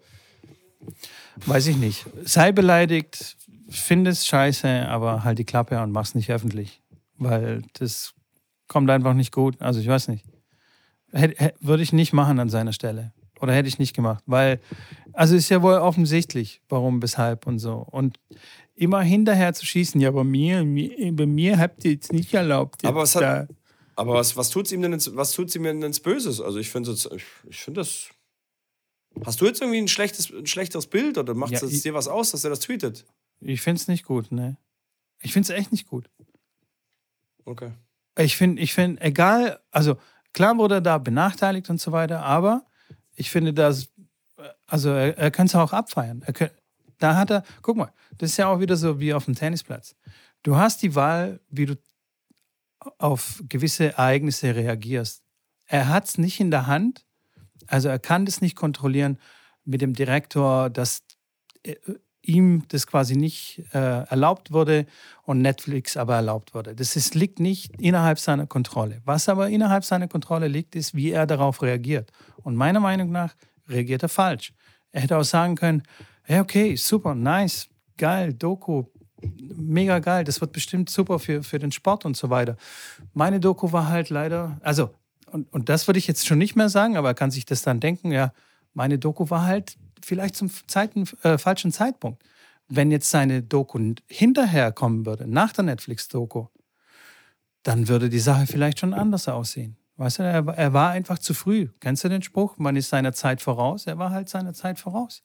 Weiß ich nicht. Sei beleidigt, finde es scheiße, aber halt die Klappe und mach's nicht öffentlich. Weil das kommt einfach nicht gut. Also ich weiß nicht. Würde ich nicht machen an seiner Stelle. Oder hätte ich nicht gemacht. Weil, also ist ja wohl offensichtlich, warum, weshalb und so. Und immer hinterher zu schießen, ja, bei mir habt ihr jetzt nicht erlaubt. Aber was tut's ihm denn ins Böses? Also ich finde das... Hast du jetzt irgendwie ein schlechteres Bild oder macht es dir was aus, dass er das tweetet? Ich finde es nicht gut, ne? Ich finde es echt nicht gut. Okay. Ich finde, egal, also klar wurde er da benachteiligt und so weiter, aber ich finde, also er könnte es auch abfeiern. Da hat er, guck mal, das ist ja auch wieder so wie auf dem Tennisplatz. Du hast die Wahl, wie du auf gewisse Ereignisse reagierst. Er hat es nicht in der Hand. Also er kann das nicht kontrollieren mit dem Direktor, dass ihm das quasi nicht erlaubt wurde und Netflix aber erlaubt wurde. Liegt nicht innerhalb seiner Kontrolle. Was aber innerhalb seiner Kontrolle liegt, ist, wie er darauf reagiert. Und meiner Meinung nach reagiert er falsch. Er hätte auch sagen können, hey, okay, super, nice, geil, Doku, mega geil, das wird bestimmt super für den Sport und so weiter. Meine Doku war halt leider, also und das würde ich jetzt schon nicht mehr sagen, aber er kann sich das dann denken, ja, meine Doku war halt vielleicht zum falschen Zeitpunkt. Wenn jetzt seine Doku hinterher kommen würde, nach der Netflix-Doku, dann würde die Sache vielleicht schon anders aussehen. Weißt du, er war einfach zu früh. Kennst du den Spruch? Man ist seiner Zeit voraus. Er war halt seiner Zeit voraus.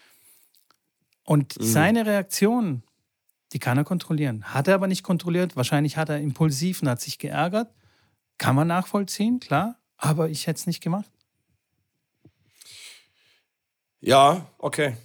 Und seine Reaktion, die kann er kontrollieren. Hat er aber nicht kontrolliert. Wahrscheinlich hat er impulsiv und hat sich geärgert. Kann man nachvollziehen, klar, aber ich hätte es nicht gemacht. Ja, okay.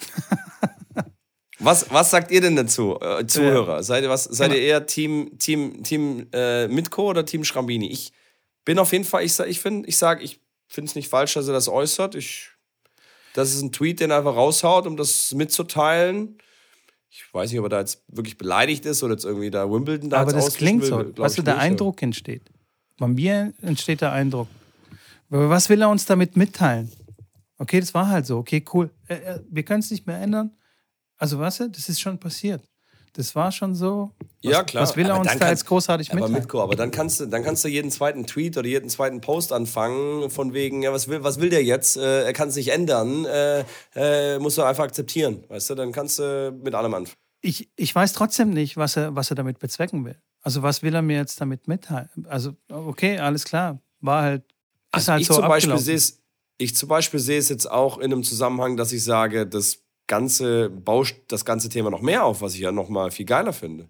Was sagt ihr denn dazu, Zuhörer? Seid ihr eher Team Mitko oder Team Schrambini? Ich bin auf jeden Fall, ich finde es nicht falsch, dass er das äußert. Das ist ein Tweet, den er einfach raushaut, um das mitzuteilen. Ich weiß nicht, ob er da jetzt wirklich beleidigt ist oder jetzt irgendwie da Wimbledon da aber das klingt so, weißt du, der Eindruck entsteht. Bei mir entsteht der Eindruck. Aber was will er uns damit mitteilen? Okay, das war halt so. Okay, cool. Wir können es nicht mehr ändern. Also, weißt du, das ist schon passiert. Das war schon so. Ja, klar. Was will er Aber uns dann da kannst- jetzt großartig Aber mitteilen? aber dann kannst du jeden zweiten Tweet oder jeden zweiten Post anfangen, von wegen, ja, was will der jetzt? Er kann es nicht ändern, musst du einfach akzeptieren, weißt du? Dann kannst du mit allem anfangen. Ich weiß trotzdem nicht, was er damit bezwecken will. Also was will er mir jetzt damit mitteilen? Also okay, alles klar, war halt, ist Also halt ich so zum Beispiel abgelaufen. sehe es jetzt auch in einem Zusammenhang, dass ich sage, bauscht das ganze Thema noch mehr auf, was ich ja noch mal viel geiler finde.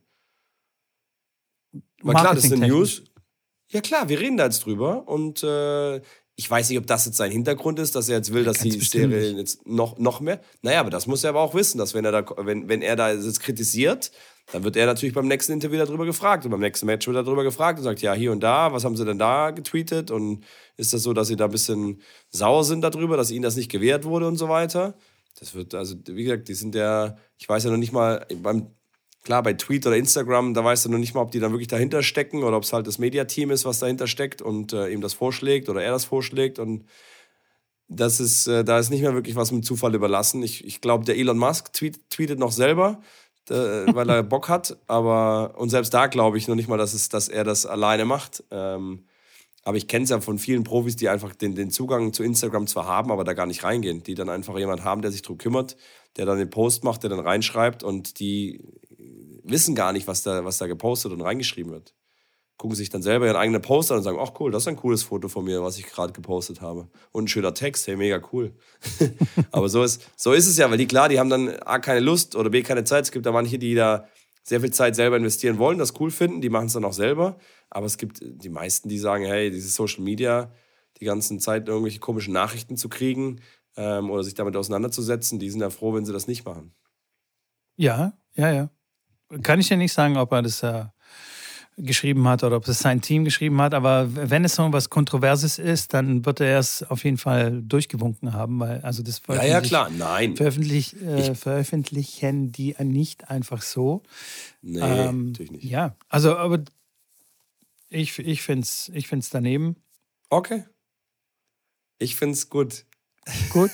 Weil klar, das ist eine Marketingtechnisch. News. Ja klar, wir reden da jetzt drüber und ich weiß nicht, ob das jetzt sein Hintergrund ist, dass er jetzt will, dass Ganz die bestimmt Serie nicht. jetzt noch mehr. Naja, aber das muss er aber auch wissen, dass wenn er da jetzt kritisiert, dann wird er natürlich beim nächsten Interview darüber gefragt und beim nächsten Match wird er darüber gefragt und sagt, ja, hier und da, was haben sie denn da getweetet und ist das so, dass sie da ein bisschen sauer sind darüber, dass ihnen das nicht gewährt wurde und so weiter. Das wird, also wie gesagt, die sind ja, ich weiß ja noch nicht mal, klar, bei Tweet oder Instagram, da weißt du noch nicht mal, ob die da wirklich dahinter stecken oder ob es halt das Mediateam ist, was dahinter steckt und ihm das vorschlägt oder er das vorschlägt. Und da ist nicht mehr wirklich was mit Zufall überlassen. Ich glaube, der Elon Musk tweetet noch selber, weil er Bock hat. Und selbst da glaube ich noch nicht mal, dass er das alleine macht. Aber ich kenne es ja von vielen Profis, die einfach den Zugang zu Instagram zwar haben, aber da gar nicht reingehen. Die dann einfach jemand haben, der sich drum kümmert, der dann den Post macht, der dann reinschreibt und die wissen gar nicht, was da gepostet und reingeschrieben wird. Gucken sich dann selber ihren eigenen Post an und sagen, ach cool, das ist ein cooles Foto von mir, was ich gerade gepostet habe. Und ein schöner Text, hey, mega cool. Aber so ist es ja, weil die haben dann A, keine Lust oder B, keine Zeit. Es gibt da manche, die da sehr viel Zeit selber investieren wollen, das cool finden, die machen es dann auch selber. Aber es gibt die meisten, die sagen, hey, dieses Social Media, die ganzen Zeit irgendwelche komischen Nachrichten zu kriegen oder sich damit auseinanderzusetzen, die sind ja froh, wenn sie das nicht machen. Ja. Kann ich dir nicht sagen, ob er das geschrieben hat oder ob es sein Team geschrieben hat, aber wenn es so was Kontroverses ist, dann wird er es auf jeden Fall durchgewunken haben, weil also das Ja, klar, nein. veröffentlichen die nicht einfach so. Nee, natürlich nicht. Ja, also aber ich find's daneben. Okay. Ich find's gut. Gut.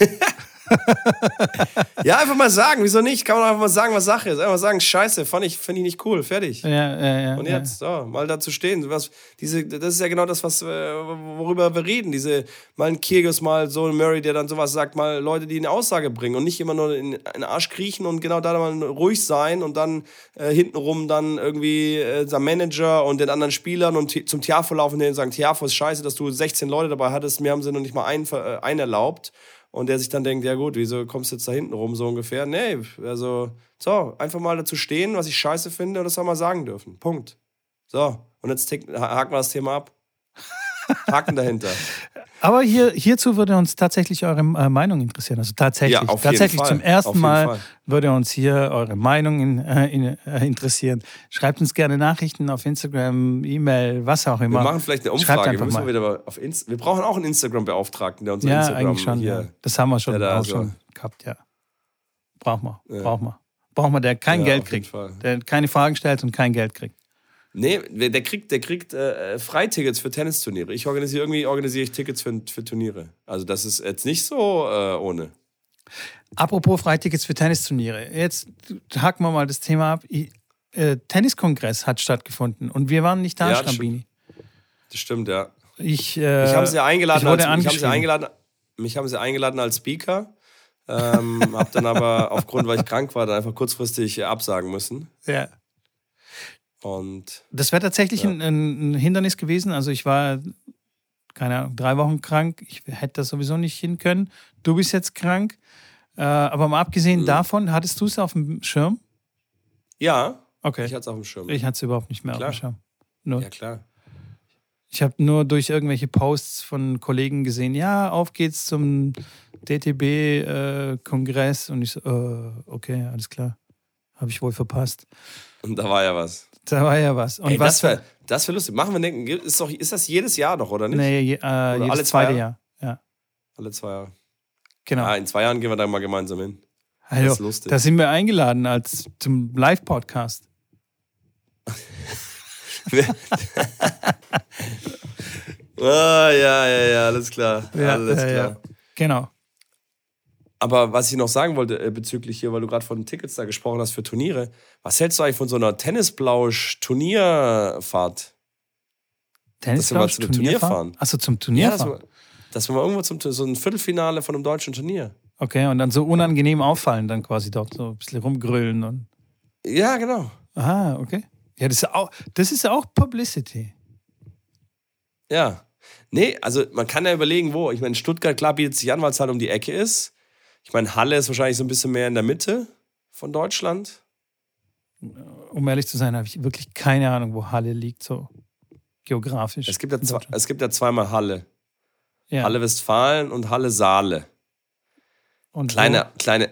Ja, einfach mal sagen, wieso nicht? Kann man einfach mal sagen, was Sache ist. Einfach sagen, scheiße, finde ich nicht cool, fertig. Ja. Und jetzt, so, mal dazu stehen. Das ist ja genau das, worüber wir reden. Mal ein Kyrgios, mal so ein Murray, der dann sowas sagt, mal Leute, die eine Aussage bringen und nicht immer nur in den Arsch kriechen und genau da mal ruhig sein und dann hintenrum dann irgendwie sein Manager und den anderen Spielern und zum Tiafo laufen und denen sagen, Tiafo ist scheiße, dass du 16 Leute dabei hattest, mir haben sie noch nicht mal einen erlaubt. Und der sich dann denkt, ja gut, wieso kommst du jetzt da hinten rum, so ungefähr? Nee, also, so, einfach mal dazu stehen, was ich scheiße finde und das auch mal sagen dürfen. Punkt. So, und jetzt haken wir das Thema ab. Haken dahinter. Aber hierzu würde uns tatsächlich eure Meinung interessieren. Also tatsächlich, Ja, auf jeden tatsächlich Fall. zum ersten Auf jeden Mal Fall. würde uns hier eure Meinung interessieren. Schreibt uns gerne Nachrichten auf Instagram, E-Mail, was auch immer. Wir machen vielleicht eine Schreibt Umfrage. einfach mal. Wir brauchen auch einen Instagram-Beauftragten, der unser Ja, Instagram eigentlich schon. hier... Ja. Das haben wir schon, der da auch so- schon gehabt, ja. Brauchen wir. Ja. Brauchen wir, der kein Ja, Geld auf jeden kriegt. Fall. Der keine Fragen stellt und kein Geld kriegt. Nee, der kriegt Freitickets für Tennisturniere. Ich organisiere ich Tickets für Turniere. Also das ist jetzt nicht so ohne. Apropos Freitickets für Tennisturniere. Jetzt haken wir mal das Thema ab. Tenniskongress hat stattgefunden und wir waren nicht da, Ja, das Stambini. Das stimmt, ja. Ich Mich haben sie eingeladen, ich wurde mich haben sie eingeladen als Speaker. Hab dann aber aufgrund, weil ich krank war, dann einfach kurzfristig absagen müssen. Ja. Und Das wäre tatsächlich ein Hindernis gewesen. Also ich war, keine Ahnung, 3 Wochen krank. Ich hätte das sowieso nicht hin können. Du bist jetzt krank. Aber mal abgesehen davon, hattest du es auf dem Schirm? ja, Okay. ich hatte es auf dem Schirm. Ich hatte es überhaupt nicht mehr Klar. auf dem Schirm. Nur. Ja, klar. Ich habe nur durch irgendwelche Posts von Kollegen gesehen, ja, auf geht's zum DTB-Kongress. Und ich so, okay, alles klar. Habe ich wohl verpasst. Und da war ja was. Da war ja was. Und Ey, was das wär lustig. Machen wir ist das jedes Jahr noch, oder nicht? Nee, jedes alle 2 zweite Jahre? Jahr. Ja, Alle 2 Jahre. genau. Ah, in 2 Jahren gehen wir da mal gemeinsam hin. Also, ist lustig. da sind wir eingeladen zum Live-Podcast. Ja, alles klar. Alles klar. Ja. Genau. Aber was ich noch sagen wollte bezüglich hier, weil du gerade von Tickets da gesprochen hast für Turniere, was hältst du eigentlich von so einer Tennisblausch-Turnierfahrt? Dass wir mal zu einem Turnier fahren. Achso, zum Turnier fahren? Dass wir mal irgendwo so ein Viertelfinale von einem deutschen Turnier. Okay, und dann so unangenehm auffallen, dann quasi dort so ein bisschen rumgrölen und. Ja, genau. Aha, okay. Ja, das ist auch Publicity. Ja. Nee, also man kann ja überlegen, wo. Ich meine, Stuttgart, klar, bietet sich an, weil es halt um die Ecke ist. Ich meine, Halle ist wahrscheinlich so ein bisschen mehr in der Mitte von Deutschland. Um ehrlich zu sein, habe ich wirklich keine Ahnung, wo Halle liegt, so geografisch. Es gibt ja zweimal Halle. Ja. Halle Westfalen und Halle Saale. Und kleiner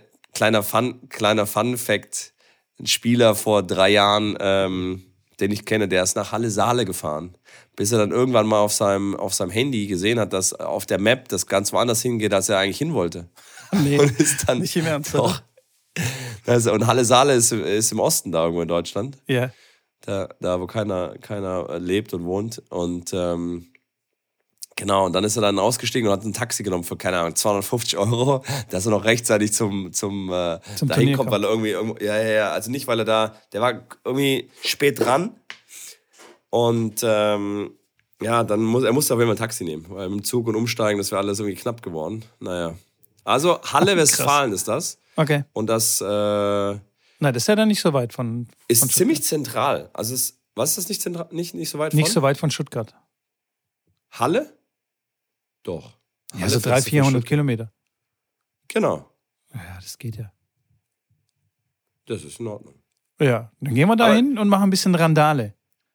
Fun-Fact. Ein Spieler vor 3 Jahren, den ich kenne, der ist nach Halle Saale gefahren. Bis er dann irgendwann mal auf seinem Handy gesehen hat, dass auf der Map das ganz woanders hingeht, als er eigentlich hin wollte. Nee, und ist dann nicht im Ernst. Doch. Und Halle Saale ist im Osten da irgendwo in Deutschland. Ja. Da wo keiner lebt und wohnt. Und genau, und dann ist er dann ausgestiegen und hat ein Taxi genommen für, keine Ahnung, 250 €, dass er noch rechtzeitig zum dahin kommt, weil er irgendwie, ja, also nicht, weil der war irgendwie spät dran und ja, dann musste auf jeden Fall ein Taxi nehmen, weil mit dem Zug und Umsteigen, das wäre alles irgendwie knapp geworden. Naja. Also Halle Westfalen ist das. Okay. Und das das ist ja dann nicht so weit von ist ziemlich zentral. Also was ist das nicht zentral? Nicht so weit von? Nicht so weit von Stuttgart. Halle? Doch. Ja, also 300-400 Kilometer. Genau. Ja, das geht ja. Das ist in Ordnung. Ja, dann gehen wir da hin und machen ein bisschen Randale.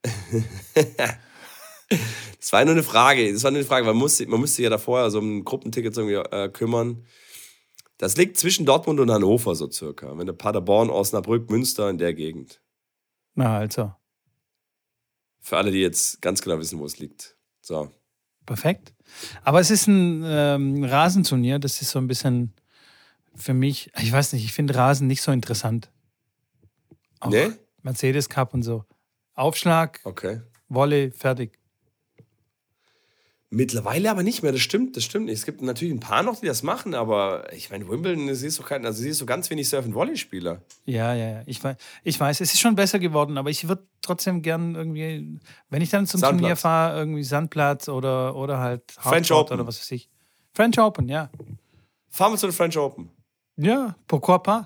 Das war nur eine Frage, weil man musste ja da vorher so um ein Gruppenticket irgendwie kümmern. Das liegt zwischen Dortmund und Hannover so circa. Wenn du Paderborn, Osnabrück, Münster in der Gegend. Na also. Für alle, die jetzt ganz genau wissen, wo es liegt. So. Perfekt. Aber es ist ein Rasenturnier, das ist so ein bisschen für mich, ich weiß nicht, ich finde Rasen nicht so interessant. Auch Nee? Mercedes Cup und so. Aufschlag, Okay. Volley, fertig. Mittlerweile aber nicht mehr, das stimmt nicht. Es gibt natürlich ein paar noch, die das machen, aber ich meine, Wimbledon, siehst du ganz wenig Surf-and-Volley-Spieler. Ja. Ich weiß, es ist schon besser geworden, aber ich würde trotzdem gern irgendwie, wenn ich dann zum Turnier fahre, irgendwie Sandplatz oder halt French Open oder was weiß ich. French Open, ja. Fahren wir zu den French Open. Ja, pourquoi pas?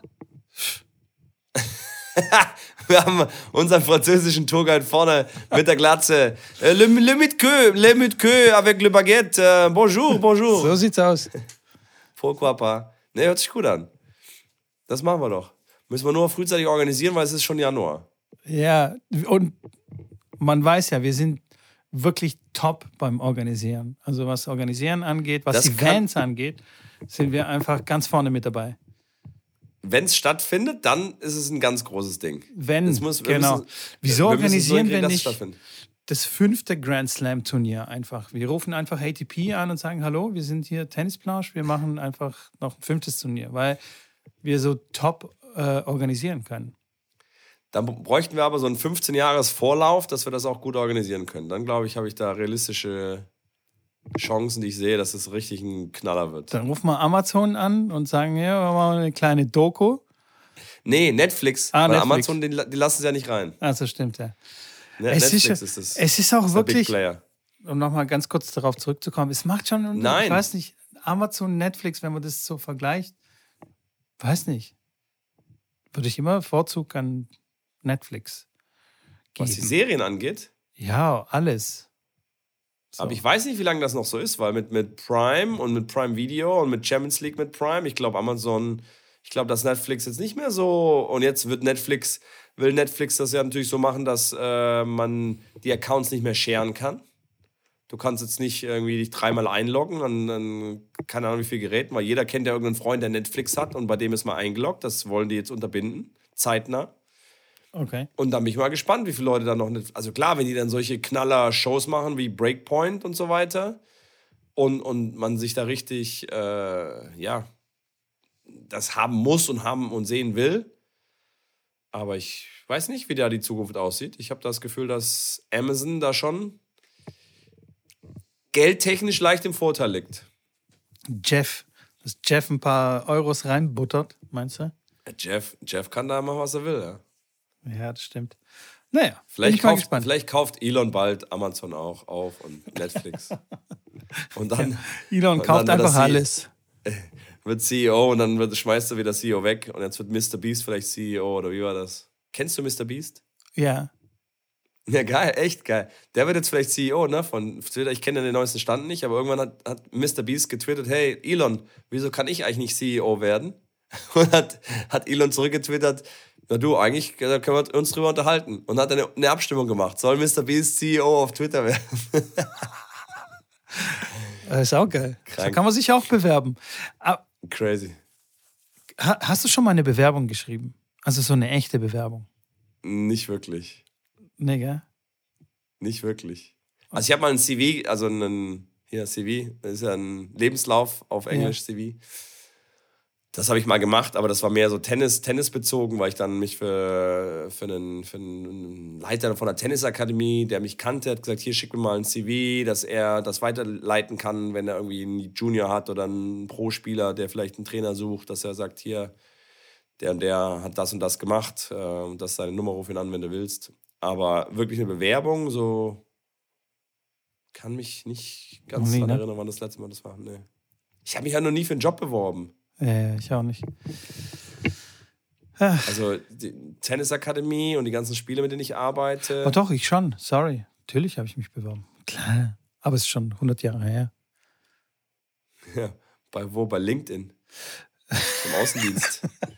Wir haben unseren französischen Tourguide vorne mit der Glatze. Le mit queue avec le baguette. Bonjour. So sieht's aus. Pourquoi pas? Ne, hört sich gut an. Das machen wir doch. Müssen wir nur frühzeitig organisieren, weil es ist schon Januar. Ja, und man weiß ja, wir sind wirklich top beim Organisieren. Also was Organisieren angeht, was Events angeht, sind wir einfach ganz vorne mit dabei. Wenn es stattfindet, dann ist es ein ganz großes Ding. Wieso organisieren wir nicht das 5. Grand Slam Turnier einfach? Wir rufen einfach ATP an und sagen, hallo, wir sind hier Tennisplausch, wir machen einfach noch ein 5. Turnier, weil wir so top organisieren können. Dann bräuchten wir aber so einen 15-Jahres-Vorlauf, dass wir das auch gut organisieren können. Dann, glaube ich, habe ich da realistische Chancen, die ich sehe, dass es richtig ein Knaller wird. Dann rufen wir Amazon an und sagen, ja, wir machen eine kleine Doku. Nee, Netflix. Weil Netflix. Amazon, die lassen es ja nicht rein. Also stimmt, ja. Netflix ist das. Es ist auch wirklich, Big Player. Um nochmal ganz kurz darauf zurückzukommen, es macht schon, Nein. Ich weiß nicht, Amazon, Netflix, wenn man das so vergleicht, weiß nicht. Würde ich immer Vorzug an Netflix geben. Was die Serien angeht? Ja, alles. So. Aber ich weiß nicht, wie lange das noch so ist, weil mit Prime und mit Prime Video und mit Champions League mit Prime, ich glaube dass Netflix jetzt nicht mehr so, und jetzt will Netflix das ja natürlich so machen, dass man die Accounts nicht mehr sharen kann. Du kannst jetzt nicht irgendwie dich 3-mal einloggen an keine Ahnung wie viele Geräten, weil jeder kennt ja irgendeinen Freund, der Netflix hat und bei dem ist mal eingeloggt. Das wollen die jetzt unterbinden, zeitnah. Okay. Und dann bin ich mal gespannt, wie viele Leute da noch nicht. Also klar, wenn die dann solche Knaller-Shows machen wie Breakpoint und so weiter und man sich da richtig, das haben muss und haben und sehen will. Aber ich weiß nicht, wie da die Zukunft aussieht. Ich habe das Gefühl, dass Amazon da schon geldtechnisch leicht im Vorteil liegt. Jeff, Dass Jeff ein paar Euros reinbuttert, meinst du? Jeff kann da machen, was er will. Ja. Ja, das stimmt. Naja, bin ich mal gespannt. Vielleicht kauft Elon bald Amazon auch auf und Netflix. Und dann. Elon und kauft dann wird einfach alles. Wird CEO und dann schmeißt er wieder CEO weg und jetzt wird Mr. Beast vielleicht CEO oder wie war das? Kennst du Mr. Beast? Ja. Ja, geil, echt geil. Der wird jetzt vielleicht CEO, ne, von Twitter. Ich kenne den neuesten Stand nicht, aber irgendwann hat Mr. Beast getwittert, hey, Elon, wieso kann ich eigentlich nicht CEO werden? Und hat Elon zurückgetwittert, na du, eigentlich da können wir uns drüber unterhalten. Und hat eine Abstimmung gemacht. Soll Mr. Beast CEO auf Twitter werden? Das ist auch geil. Krank. So kann man sich auch bewerben. Aber Crazy. hast du schon mal eine Bewerbung geschrieben? Also so eine echte Bewerbung? Nicht wirklich. Nee, gell? Nicht wirklich. Also ich habe mal ein CV, also CV, das ist ja ein Lebenslauf auf Englisch, Ja. CV. Das habe ich mal gemacht, aber das war mehr so Tennis bezogen, weil ich dann mich für einen Leiter von der Tennisakademie, der mich kannte, hat gesagt, hier schick mir mal ein CV, dass er das weiterleiten kann, wenn er irgendwie einen Junior hat oder einen Pro-Spieler, der vielleicht einen Trainer sucht, dass er sagt, hier, der und der hat das und das gemacht, das ist seine Nummer, ruf ihn an, wenn du willst. Aber wirklich eine Bewerbung, so kann mich nicht ganz Nie, daran ne? erinnern, wann das letzte Mal das war. Nee. Ich habe mich ja noch nie für einen Job beworben. Ich auch nicht. Also die Tennisakademie und die ganzen Spiele, mit denen ich arbeite. Oh doch, ich schon. Sorry. Natürlich habe ich mich beworben. Klar. Aber es ist schon 100 Jahre her. Ja, bei LinkedIn. Im Außendienst.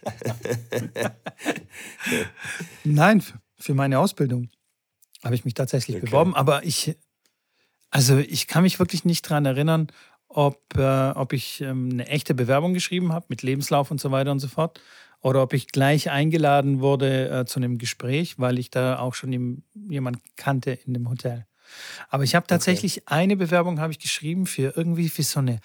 Nein, für meine Ausbildung habe ich mich tatsächlich beworben. Aber ich kann mich wirklich nicht daran erinnern, ob ich eine echte Bewerbung geschrieben habe mit Lebenslauf und so weiter und so fort. Oder ob ich gleich eingeladen wurde zu einem Gespräch, weil ich da auch schon jemanden kannte in dem Hotel. Aber ich habe tatsächlich eine Bewerbung habe ich geschrieben für so eine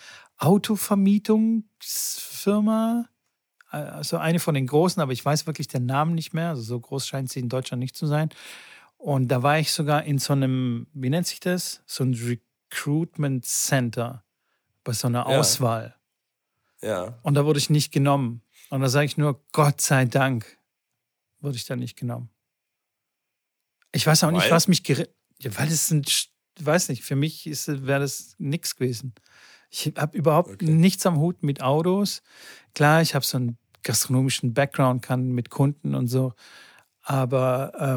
Autovermietungsfirma. Also eine von den großen, aber ich weiß wirklich den Namen nicht mehr. Also so groß scheint sie in Deutschland nicht zu sein. Und da war ich sogar in so einem, wie nennt sich das? So ein Recruitment Center bei so einer Auswahl. Ja. Und da wurde ich nicht genommen. Und da sage ich nur, Gott sei Dank wurde ich da nicht genommen. Ich weiß auch nicht, was mich ja, weil es weiß nicht, für mich wäre das nichts gewesen. Ich habe überhaupt nichts am Hut mit Autos. Klar, ich habe so einen gastronomischen Background, kann mit Kunden und so. Aber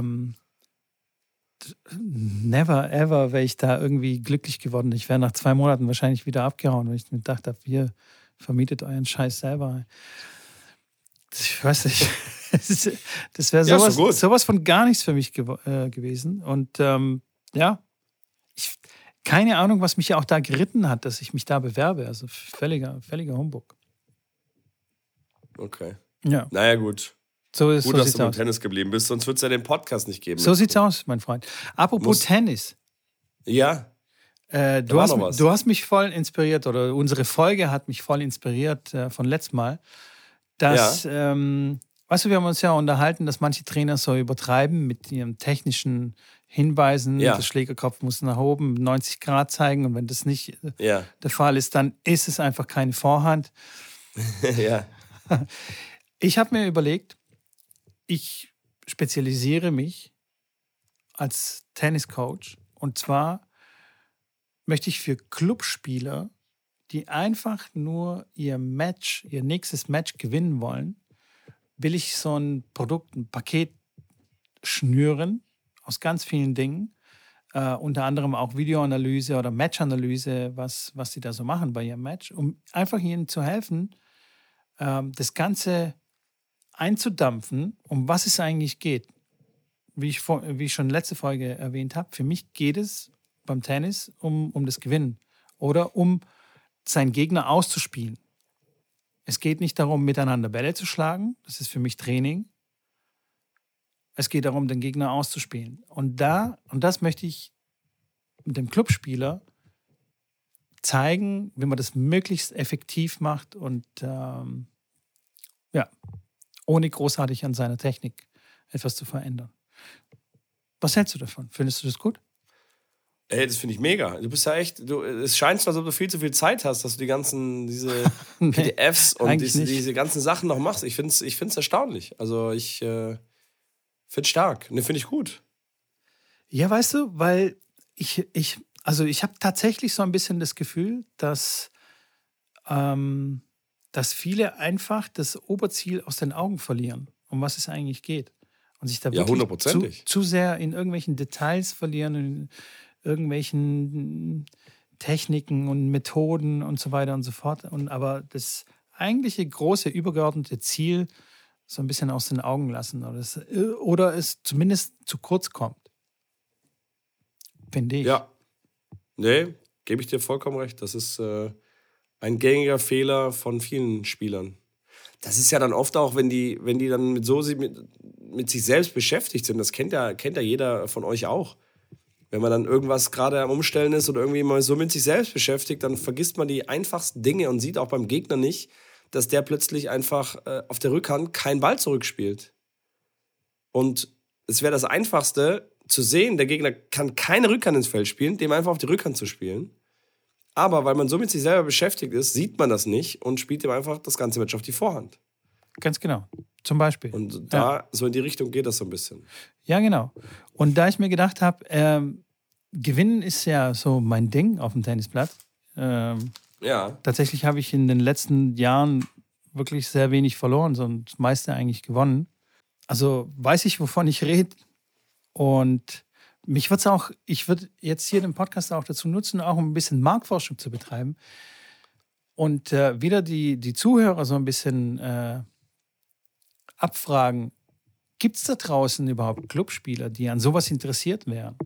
never ever wäre ich da irgendwie glücklich geworden. Ich wäre nach 2 Monaten wahrscheinlich wieder abgehauen, weil ich mir gedacht habe, ihr vermietet euren Scheiß selber. Ich weiß nicht. Das wäre sowas von gar nichts für mich gewesen. Und keine Ahnung, was mich ja auch da geritten hat, dass ich mich da bewerbe. Also völliger Humbug. Okay. Ja. Naja, gut. Gut, dass du beim Tennis geblieben bist, sonst wird es ja den Podcast nicht geben. So sieht's aus, mein Freund. Apropos Tennis. Ja. Du hast mich voll inspiriert, oder unsere Folge hat mich voll inspiriert von letztem Mal. Dass, weißt du, wir haben uns ja unterhalten, dass manche Trainer so übertreiben mit ihren technischen Hinweisen. Der Schlägerkopf muss nach oben 90 Grad zeigen, und wenn das nicht der Fall ist, dann ist es einfach keine Vorhand. Ja. Ich habe mir überlegt, ich spezialisiere mich als Tenniscoach, und zwar möchte ich für Clubspieler, die einfach nur ihr nächstes Match gewinnen wollen, will ich so ein Paket schnüren aus ganz vielen Dingen. Unter anderem auch Videoanalyse oder Matchanalyse, was sie da so machen bei ihrem Match, um einfach ihnen zu helfen, das Ganze einzudampfen, um was es eigentlich geht. Wie ich schon letzte Folge erwähnt habe, für mich geht es beim Tennis um das Gewinnen oder um seinen Gegner auszuspielen. Es geht nicht darum, miteinander Bälle zu schlagen. Das ist für mich Training. Es geht darum, den Gegner auszuspielen. Und das möchte ich dem Clubspieler zeigen, wie man das möglichst effektiv macht und ohne großartig an seiner Technik etwas zu verändern. Was hältst du davon? Findest du das gut? Ey, das finde ich mega. Du bist ja echt, es scheint so, als ob du viel zu viel Zeit hast, dass du diese Nee, PDFs und eigentlich nicht. diese ganzen Sachen noch machst. Ich find's erstaunlich. Also ich finde stark. Ne, finde ich gut. Ja, weißt du, weil also ich habe tatsächlich so ein bisschen das Gefühl, ähm, dass viele einfach das Oberziel aus den Augen verlieren, um was es eigentlich geht. Und sich da Ja, wirklich hundertprozentig. zu sehr in irgendwelchen Details verlieren, in irgendwelchen Techniken und Methoden und so weiter und so fort. Aber das eigentliche große übergeordnete Ziel so ein bisschen aus den Augen lassen oder es zumindest zu kurz kommt, finde ich. Ja, nee, gebe ich dir vollkommen recht. Das ist ein gängiger Fehler von vielen Spielern. Das ist ja dann oft auch, wenn die dann mit sich selbst beschäftigt sind. Das kennt ja jeder von euch auch. Wenn man dann irgendwas gerade am Umstellen ist oder irgendwie mal so mit sich selbst beschäftigt, dann vergisst man die einfachsten Dinge und sieht auch beim Gegner nicht, dass der plötzlich einfach auf der Rückhand keinen Ball zurückspielt. Und es wäre das Einfachste zu sehen, der Gegner kann keine Rückhand ins Feld spielen, dem einfach auf die Rückhand zu spielen. Aber weil man so mit sich selber beschäftigt ist, sieht man das nicht und spielt ihm einfach das ganze Match auf die Vorhand. Ganz genau. Zum Beispiel. Und Ja. da, so in die Richtung geht das so ein bisschen. Ja, genau. Und da ich mir gedacht habe, Gewinnen ist ja so mein Ding auf dem Tennisplatz. Ja, Tatsächlich habe ich in den letzten Jahren wirklich sehr wenig verloren, sondern das meiste eigentlich gewonnen. Also weiß ich, wovon ich rede. Und ich würde jetzt hier den Podcast auch dazu nutzen, auch um ein bisschen Marktforschung zu betreiben. Und wieder die Zuhörer so ein bisschen abfragen, gibt es da draußen überhaupt Clubspieler, die an sowas interessiert wären?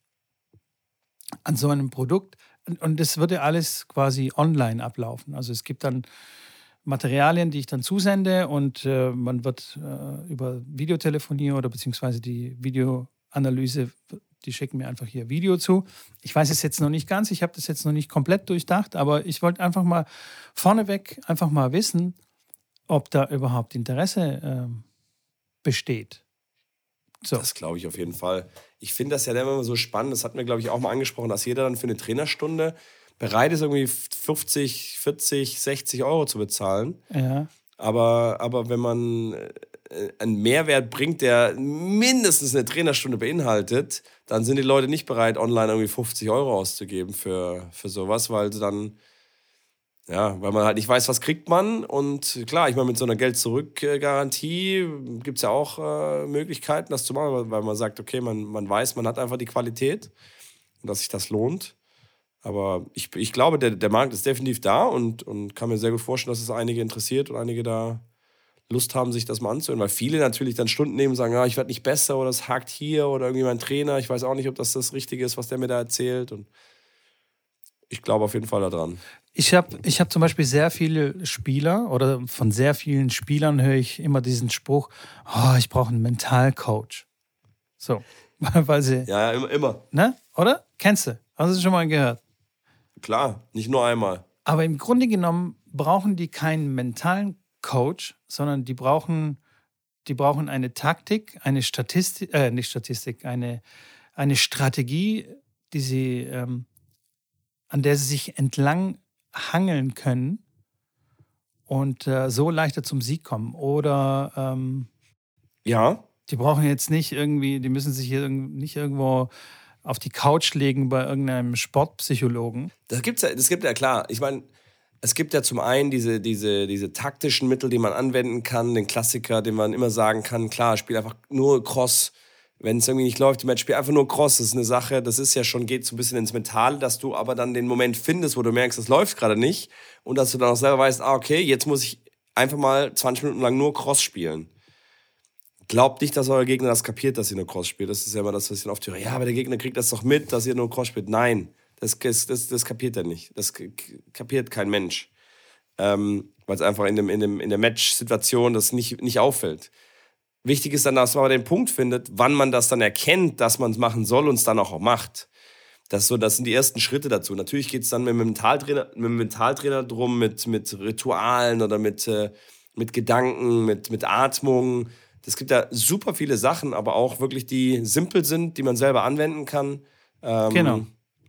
An so einem Produkt? Und das würde alles quasi online ablaufen. Also es gibt dann Materialien, die ich dann zusende und man wird über Videotelefonie oder beziehungsweise die Videoanalyse, die schicken mir einfach hier Video zu. Ich weiß es jetzt noch nicht ganz, ich habe das jetzt noch nicht komplett durchdacht, aber ich wollte einfach mal vorneweg einfach mal wissen, ob da überhaupt Interesse besteht. So. das glaube ich auf jeden Fall. Ich finde das ja immer so spannend, das hatten wir, glaube ich, auch mal angesprochen, dass jeder dann für eine Trainerstunde bereit ist, irgendwie 50, 40, 60 Euro zu bezahlen. Ja, Aber wenn man einen Mehrwert bringt, der mindestens eine Trainerstunde beinhaltet, dann sind die Leute nicht bereit, online irgendwie 50 Euro auszugeben für sowas, weil sie dann, ja, weil man halt nicht weiß, was kriegt man. Und klar, ich meine, mit so einer Geld-Zurück-Garantie gibt es ja auch Möglichkeiten, das zu machen, weil man sagt, okay, man weiß, man hat einfach die Qualität und dass sich das lohnt. Aber ich glaube, der Markt ist definitiv da und kann mir sehr gut vorstellen, dass es einige interessiert und einige da Lust haben, sich das mal anzuhören. Weil viele natürlich dann Stunden nehmen und sagen, ja, ich werde nicht besser oder es hakt hier oder irgendwie mein Trainer. Ich weiß auch nicht, ob das Richtige ist, was der mir da erzählt. Und ich glaube auf jeden Fall daran. ich hab zum Beispiel sehr viele Spieler oder von sehr vielen Spielern höre ich immer diesen Spruch, oh, ich brauche einen Mentalcoach. So, weil sie, Ja, immer. ne? Oder? Kennst du? Hast du schon mal gehört? Klar, nicht nur einmal. Aber im Grunde genommen brauchen die keinen mentalen Coach, sondern die brauchen eine Taktik, eine Statistik, nicht Statistik, eine Strategie, die sie, an der sie sich entlang hangeln können und so leichter zum Sieg kommen. Oder Ja, die brauchen jetzt nicht irgendwie, die müssen sich hier nicht irgendwo auf die Couch legen bei irgendeinem Sportpsychologen. das gibt ja klar. Ich meine, es gibt ja zum einen diese taktischen Mittel, die man anwenden kann, den Klassiker, den man immer sagen kann, klar, spiel einfach nur Cross. Wenn es irgendwie nicht läuft, spiel einfach nur Cross. Das ist eine Sache, das ist ja schon, geht so ein bisschen ins Mentale, dass du aber dann den Moment findest, wo du merkst, es läuft gerade nicht und dass du dann auch selber weißt, okay, jetzt muss ich einfach mal 20 Minuten lang nur Cross spielen. Glaubt nicht, dass euer Gegner das kapiert, dass ihr nur Cross spielt. Das ist ja immer das, was ich dann oft höre. Ja, aber der Gegner kriegt das doch mit, dass ihr nur Cross spielt. Nein, das kapiert er nicht. Das kapiert kein Mensch. Weil es einfach in der Match-Situation das nicht auffällt. Wichtig ist dann, dass man aber den Punkt findet, wann man das dann erkennt, dass man es machen soll und es dann auch macht. Das sind die ersten Schritte dazu. Natürlich geht es dann mit dem Mentaltrainer drum, mit Ritualen oder mit Gedanken, mit Atmung. Es gibt da super viele Sachen, aber auch wirklich, die simpel sind, die man selber anwenden kann. Genau.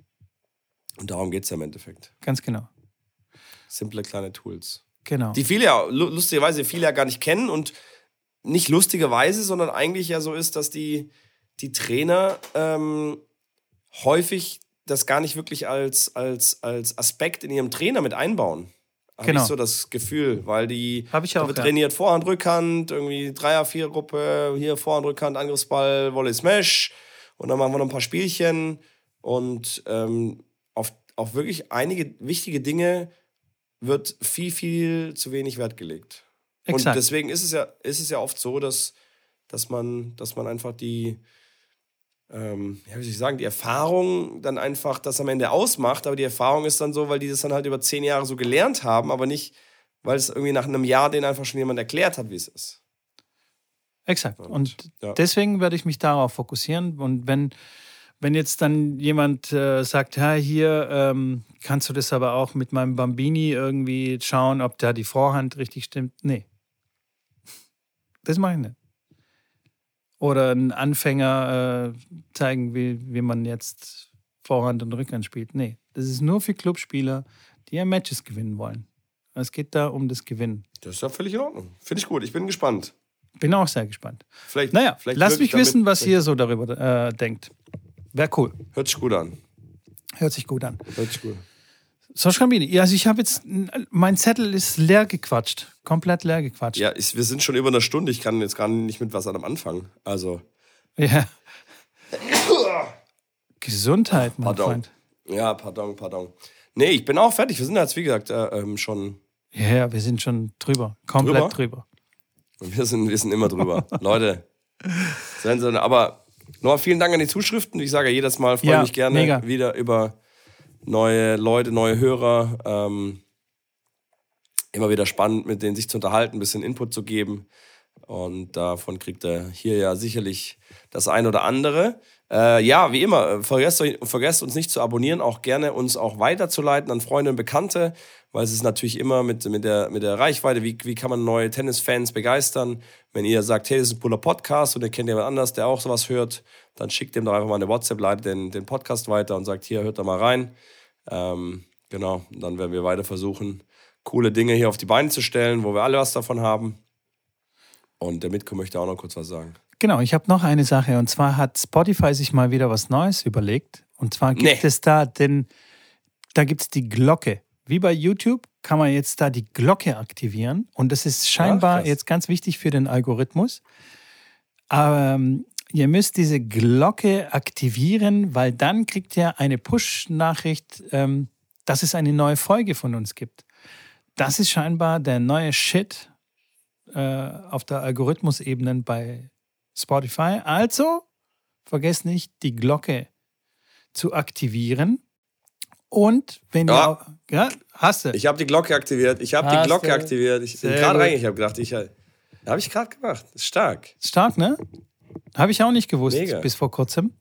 Und darum geht es ja im Endeffekt. Ganz genau. Simple kleine Tools. Genau. Die viele ja, lustigerweise viele ja gar nicht kennen und nicht lustigerweise, sondern eigentlich ja so ist, dass die Trainer häufig das gar nicht wirklich als Aspekt in ihrem Trainer mit einbauen. Habe Genau. ich so das Gefühl, weil die Hab ich auch, wird ja. trainiert Vorhand, Rückhand, irgendwie Dreier-, Vierergruppe, hier Vorhand, Rückhand, Angriffsball, Volley, Smash und dann machen wir noch ein paar Spielchen und auf wirklich einige wichtige Dinge wird viel, viel zu wenig Wert gelegt. Exakt. Und deswegen ist es ja oft so, dass man einfach die, wie soll ich sagen, die Erfahrung dann einfach das am Ende ausmacht, aber die Erfahrung ist dann so, weil die das dann halt über 10 Jahre so gelernt haben, aber nicht, weil es irgendwie nach einem Jahr denen einfach schon jemand erklärt hat, wie es ist. Exakt. Und ja. deswegen werde ich mich darauf fokussieren. Und wenn jetzt dann jemand sagt, ja, hier kannst du das aber auch mit meinem Bambini irgendwie schauen, ob da die Vorhand richtig stimmt. Nee. Das mache ich nicht. Oder einen Anfänger zeigen, wie man jetzt Vorhand und Rückhand spielt. Nee, das ist nur für Clubspieler, die ja Matches gewinnen wollen. Es geht da um das Gewinnen. Das ist ja völlig in Ordnung. Finde ich gut. Ich bin gespannt. Bin auch sehr gespannt. Vielleicht Lasst mich damit, wissen, was ihr so darüber denkt. Wäre cool. Hört sich gut an. Hört sich gut an. Hört sich gut. So, Schrambini, also ich habe jetzt, mein Zettel ist leer gequatscht. Komplett leer gequatscht. Ja, wir sind schon über eine Stunde. Ich kann jetzt gar nicht mit was anderem anfangen. Also. Ja. Gesundheit, mein Pardon. Freund. Ja, pardon. Nee, ich bin auch fertig. Wir sind jetzt, wie gesagt, schon. Ja, wir sind schon drüber. Komplett drüber. Wir sind immer drüber. Leute. Aber nochmal vielen Dank an die Zuschriften. Ich sage ja jedes Mal, freue mich gerne mega. wieder über neue Leute, neue Hörer. Immer wieder spannend, mit denen sich zu unterhalten, ein bisschen Input zu geben. Und davon kriegt er hier ja sicherlich das ein oder andere. Ja, wie immer, vergesst uns nicht zu abonnieren, auch gerne uns auch weiterzuleiten an Freunde und Bekannte, weil es ist natürlich immer mit der Reichweite, wie kann man neue Tennisfans begeistern. Wenn ihr sagt, hey, das ist ein cooler Podcast und ihr kennt jemand anders, der auch sowas hört, dann schickt dem doch einfach mal eine WhatsApp, leitet den Podcast weiter und sagt, hier, hört da mal rein. Genau, und dann werden wir weiter versuchen, coole Dinge hier auf die Beine zu stellen, wo wir alle was davon haben. Und der Mitko möchte auch noch kurz was sagen. Genau, ich habe noch eine Sache. Und zwar hat Spotify sich mal wieder was Neues überlegt. Und zwar gibt es da gibt es die Glocke. Wie bei YouTube kann man jetzt da die Glocke aktivieren. Und das ist scheinbar jetzt ganz wichtig für den Algorithmus. Aber ihr müsst diese Glocke aktivieren, weil dann kriegt ihr eine Push-Nachricht, dass es eine neue Folge von uns gibt. Das ist scheinbar der neue Shit auf der Algorithmusebene bei Spotify. Also vergesst nicht, die Glocke zu aktivieren. Und wenn ihr... Ja, hast du. Ich habe die Glocke aktiviert. Ich bin gerade rein. Ich habe gedacht, habe ich gerade gemacht. Das ist stark. Stark, ne? Habe ich auch nicht gewusst Mega. bis vor kurzem.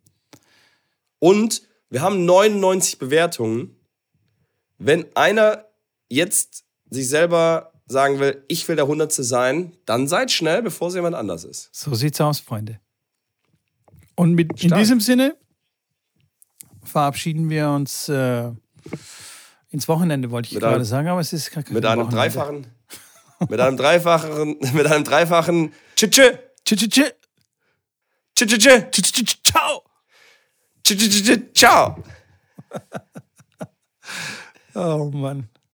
Und wir haben 99 Bewertungen. Wenn einer jetzt sich selber sagen will, ich will der 100. sein, dann seid schnell, bevor es jemand anders ist. So sieht's aus, Freunde. Und in diesem Sinne verabschieden wir uns ins Wochenende, wollte ich gerade sagen, aber es ist gar kein Wochenende. Mit einem dreifachen Tschütschü. Tschütschü. Tschütschü. Ciao. Tschütschü. Ciao. Oh Mann.